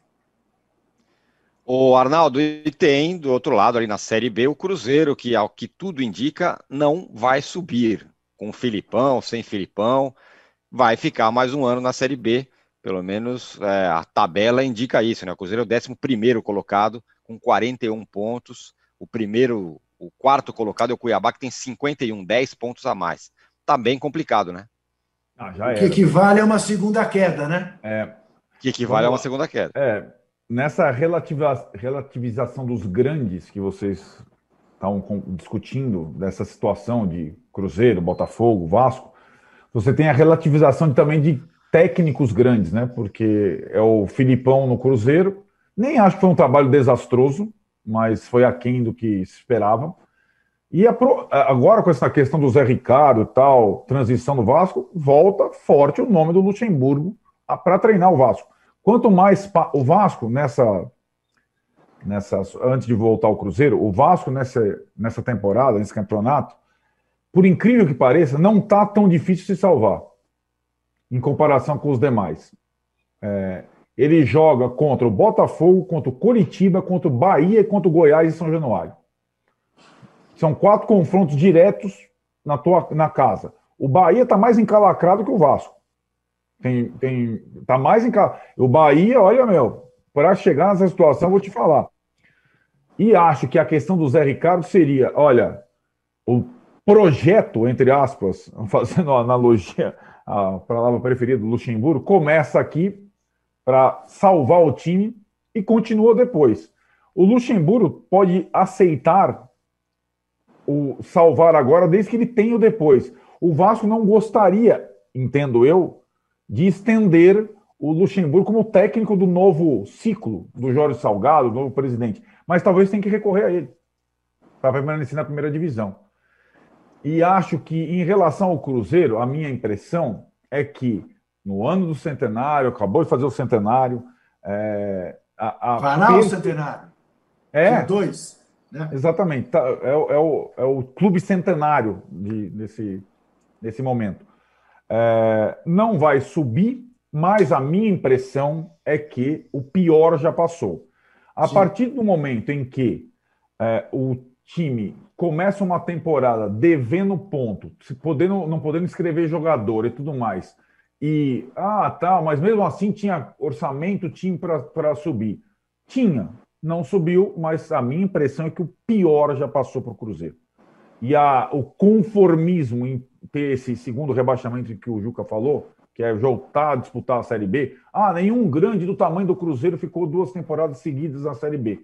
O Arnaldo, e tem do outro lado ali na Série B o Cruzeiro, que ao que tudo indica não vai subir. Com Filipão, sem Filipão, vai ficar mais um ano na Série B. Pelo menos é, a tabela indica isso, né? O Cruzeiro é o décimo primeiro colocado, com quarenta e um pontos. O primeiro, o quarto colocado é o Cuiabá, que tem cinquenta e um, dez pontos a mais. Tá bem complicado, né? Ah, já era. O que equivale a uma segunda queda, né? É. Que equivale a uma segunda queda. É. Nessa relativa, relativização dos grandes que vocês estão discutindo, dessa situação de Cruzeiro, Botafogo, Vasco, você tem a relativização de, também de técnicos grandes, né? Porque é o Filipão no Cruzeiro, nem acho que foi um trabalho desastroso, mas foi aquém do que se esperava. E a pro, agora com essa questão do Zé Ricardo e tal, transição do Vasco, volta forte o nome do Luxemburgo para treinar o Vasco. Quanto mais o Vasco, nessa, nessa, antes de voltar ao Cruzeiro, o Vasco nessa, nessa temporada, nesse campeonato, por incrível que pareça, não está tão difícil se salvar, em comparação com os demais. É, ele joga contra o Botafogo, contra o Coritiba, contra o Bahia e contra o Goiás e São Januário. São quatro confrontos diretos na, tua, na casa. O Bahia está mais encalacrado que o Vasco. Tem, tem, tá mais em casa. O Bahia, olha, meu, para chegar nessa situação, vou te falar. E acho que a questão do Zé Ricardo seria, olha, o projeto, entre aspas, fazendo uma analogia, a palavra preferida do Luxemburgo, começa aqui para salvar o time e continua depois. O Luxemburgo pode aceitar o salvar agora, desde que ele tenha o depois. O Vasco não gostaria, entendo eu, de estender o Luxemburgo como técnico do novo ciclo do Jorge Salgado, do novo presidente. Mas talvez tenha que recorrer a ele para permanecer na primeira divisão. E acho que, em relação ao Cruzeiro, a minha impressão é que, no ano do centenário, acabou de fazer o centenário... É, a, a Fará per... o centenário. É. Dia dois. Né? Exatamente. Tá, é, é, o, é o clube centenário de, desse, desse momento. É, não vai subir, mas a minha impressão é que o pior já passou. A Sim. partir do momento em que é, o time começa uma temporada devendo ponto, se podendo, não podendo inscrever jogador e tudo mais, e, ah, tá, mas mesmo assim tinha orçamento, time para subir. Tinha, não subiu, mas a minha impressão é que o pior já passou para o Cruzeiro. E a, o conformismo em ter esse segundo rebaixamento que o Juca falou, que é voltar a disputar a Série B. Ah, nenhum grande do tamanho do Cruzeiro ficou duas temporadas seguidas na Série B.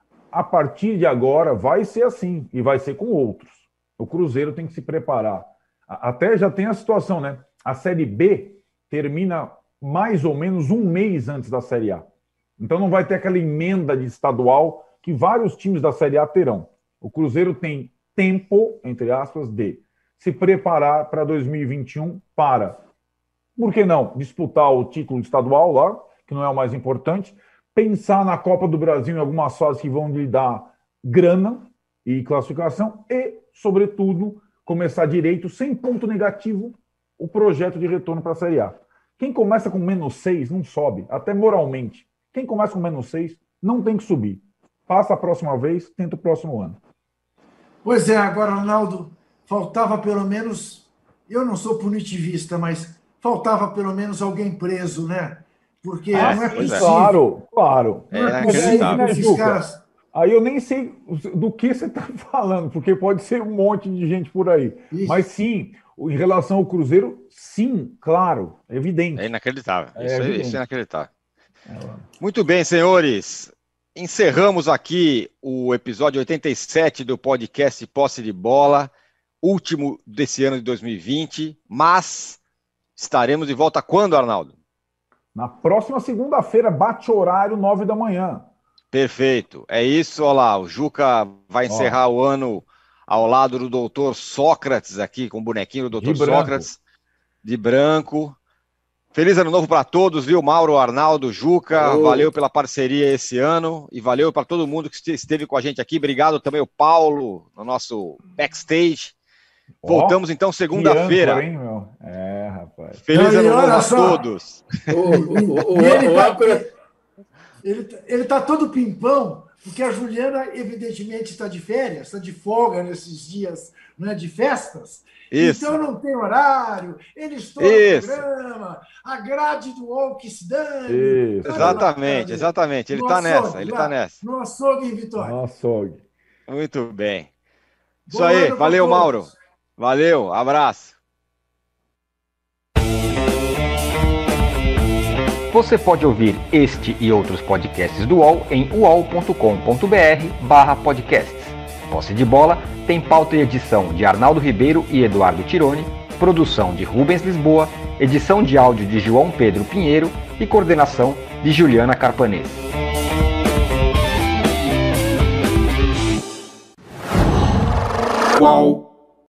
A partir de agora vai ser assim, e vai ser com outros. O Cruzeiro tem que se preparar. Até já tem a situação, né? A Série B termina mais ou menos um mês antes da Série A. Então não vai ter aquela emenda de estadual que vários times da Série A terão. O Cruzeiro tem tempo, entre aspas, de se preparar para dois mil e vinte e um para, por que não, disputar o título estadual lá, que não é o mais importante, pensar na Copa do Brasil em algumas fases que vão lhe dar grana e classificação e, sobretudo, começar direito, sem ponto negativo, o projeto de retorno para a Série A. Quem começa com menos seis não sobe, até moralmente. Quem começa com menos seis não tem que subir. Passa a próxima vez, tenta o próximo ano. Pois é, agora, Ronaldo, faltava pelo menos, eu não sou punitivista, mas faltava pelo menos alguém preso, né? Porque ah, não é possível. Claro, claro. Não é, é possível que esses caras... Aí eu nem sei do que você está falando, porque pode ser um monte de gente por aí. Isso. Mas sim, em relação ao Cruzeiro, sim, claro, é evidente. É inacreditável, é isso, evidente. É, isso é inacreditável. É. Muito bem, senhores. Encerramos aqui o episódio oitenta e sete do podcast Posse de Bola, último desse ano de dois mil e vinte, mas estaremos de volta quando, Arnaldo? Na próxima segunda-feira, bate horário, nove da manhã. Perfeito. É isso, olha lá, o Juca vai encerrar ó. o ano ao lado do doutor Sócrates aqui, com o bonequinho do doutor Sócrates, de branco. Feliz ano novo para todos, viu, Mauro, Arnaldo, Juca, oh. valeu pela parceria esse ano e valeu para todo mundo que esteve com a gente aqui. Obrigado também ao Paulo, no nosso backstage. Oh, Voltamos então segunda-feira. É, rapaz. Feliz ano novo a todos. Ele está todo pimpão, porque a Juliana, evidentemente, está de férias, está de folga nesses dias, né, de festas. Isso. Então não tem horário, ele estoura o programa, a grade do U O L que se dane. Isso. Exatamente, exatamente. Ele está nessa, ele está nessa. No açougue em Vitória. No açougue. Muito bem. Isso Bom aí, valeu, Mauro. Valeu, abraço. Você pode ouvir este e outros podcasts do U O L em uol ponto com ponto br barra podcasts. Posse de Bola tem pauta e edição de Arnaldo Ribeiro e Eduardo Tironi, produção de Rubens Lisboa, edição de áudio de João Pedro Pinheiro e coordenação de Juliana Carpanês. Uau.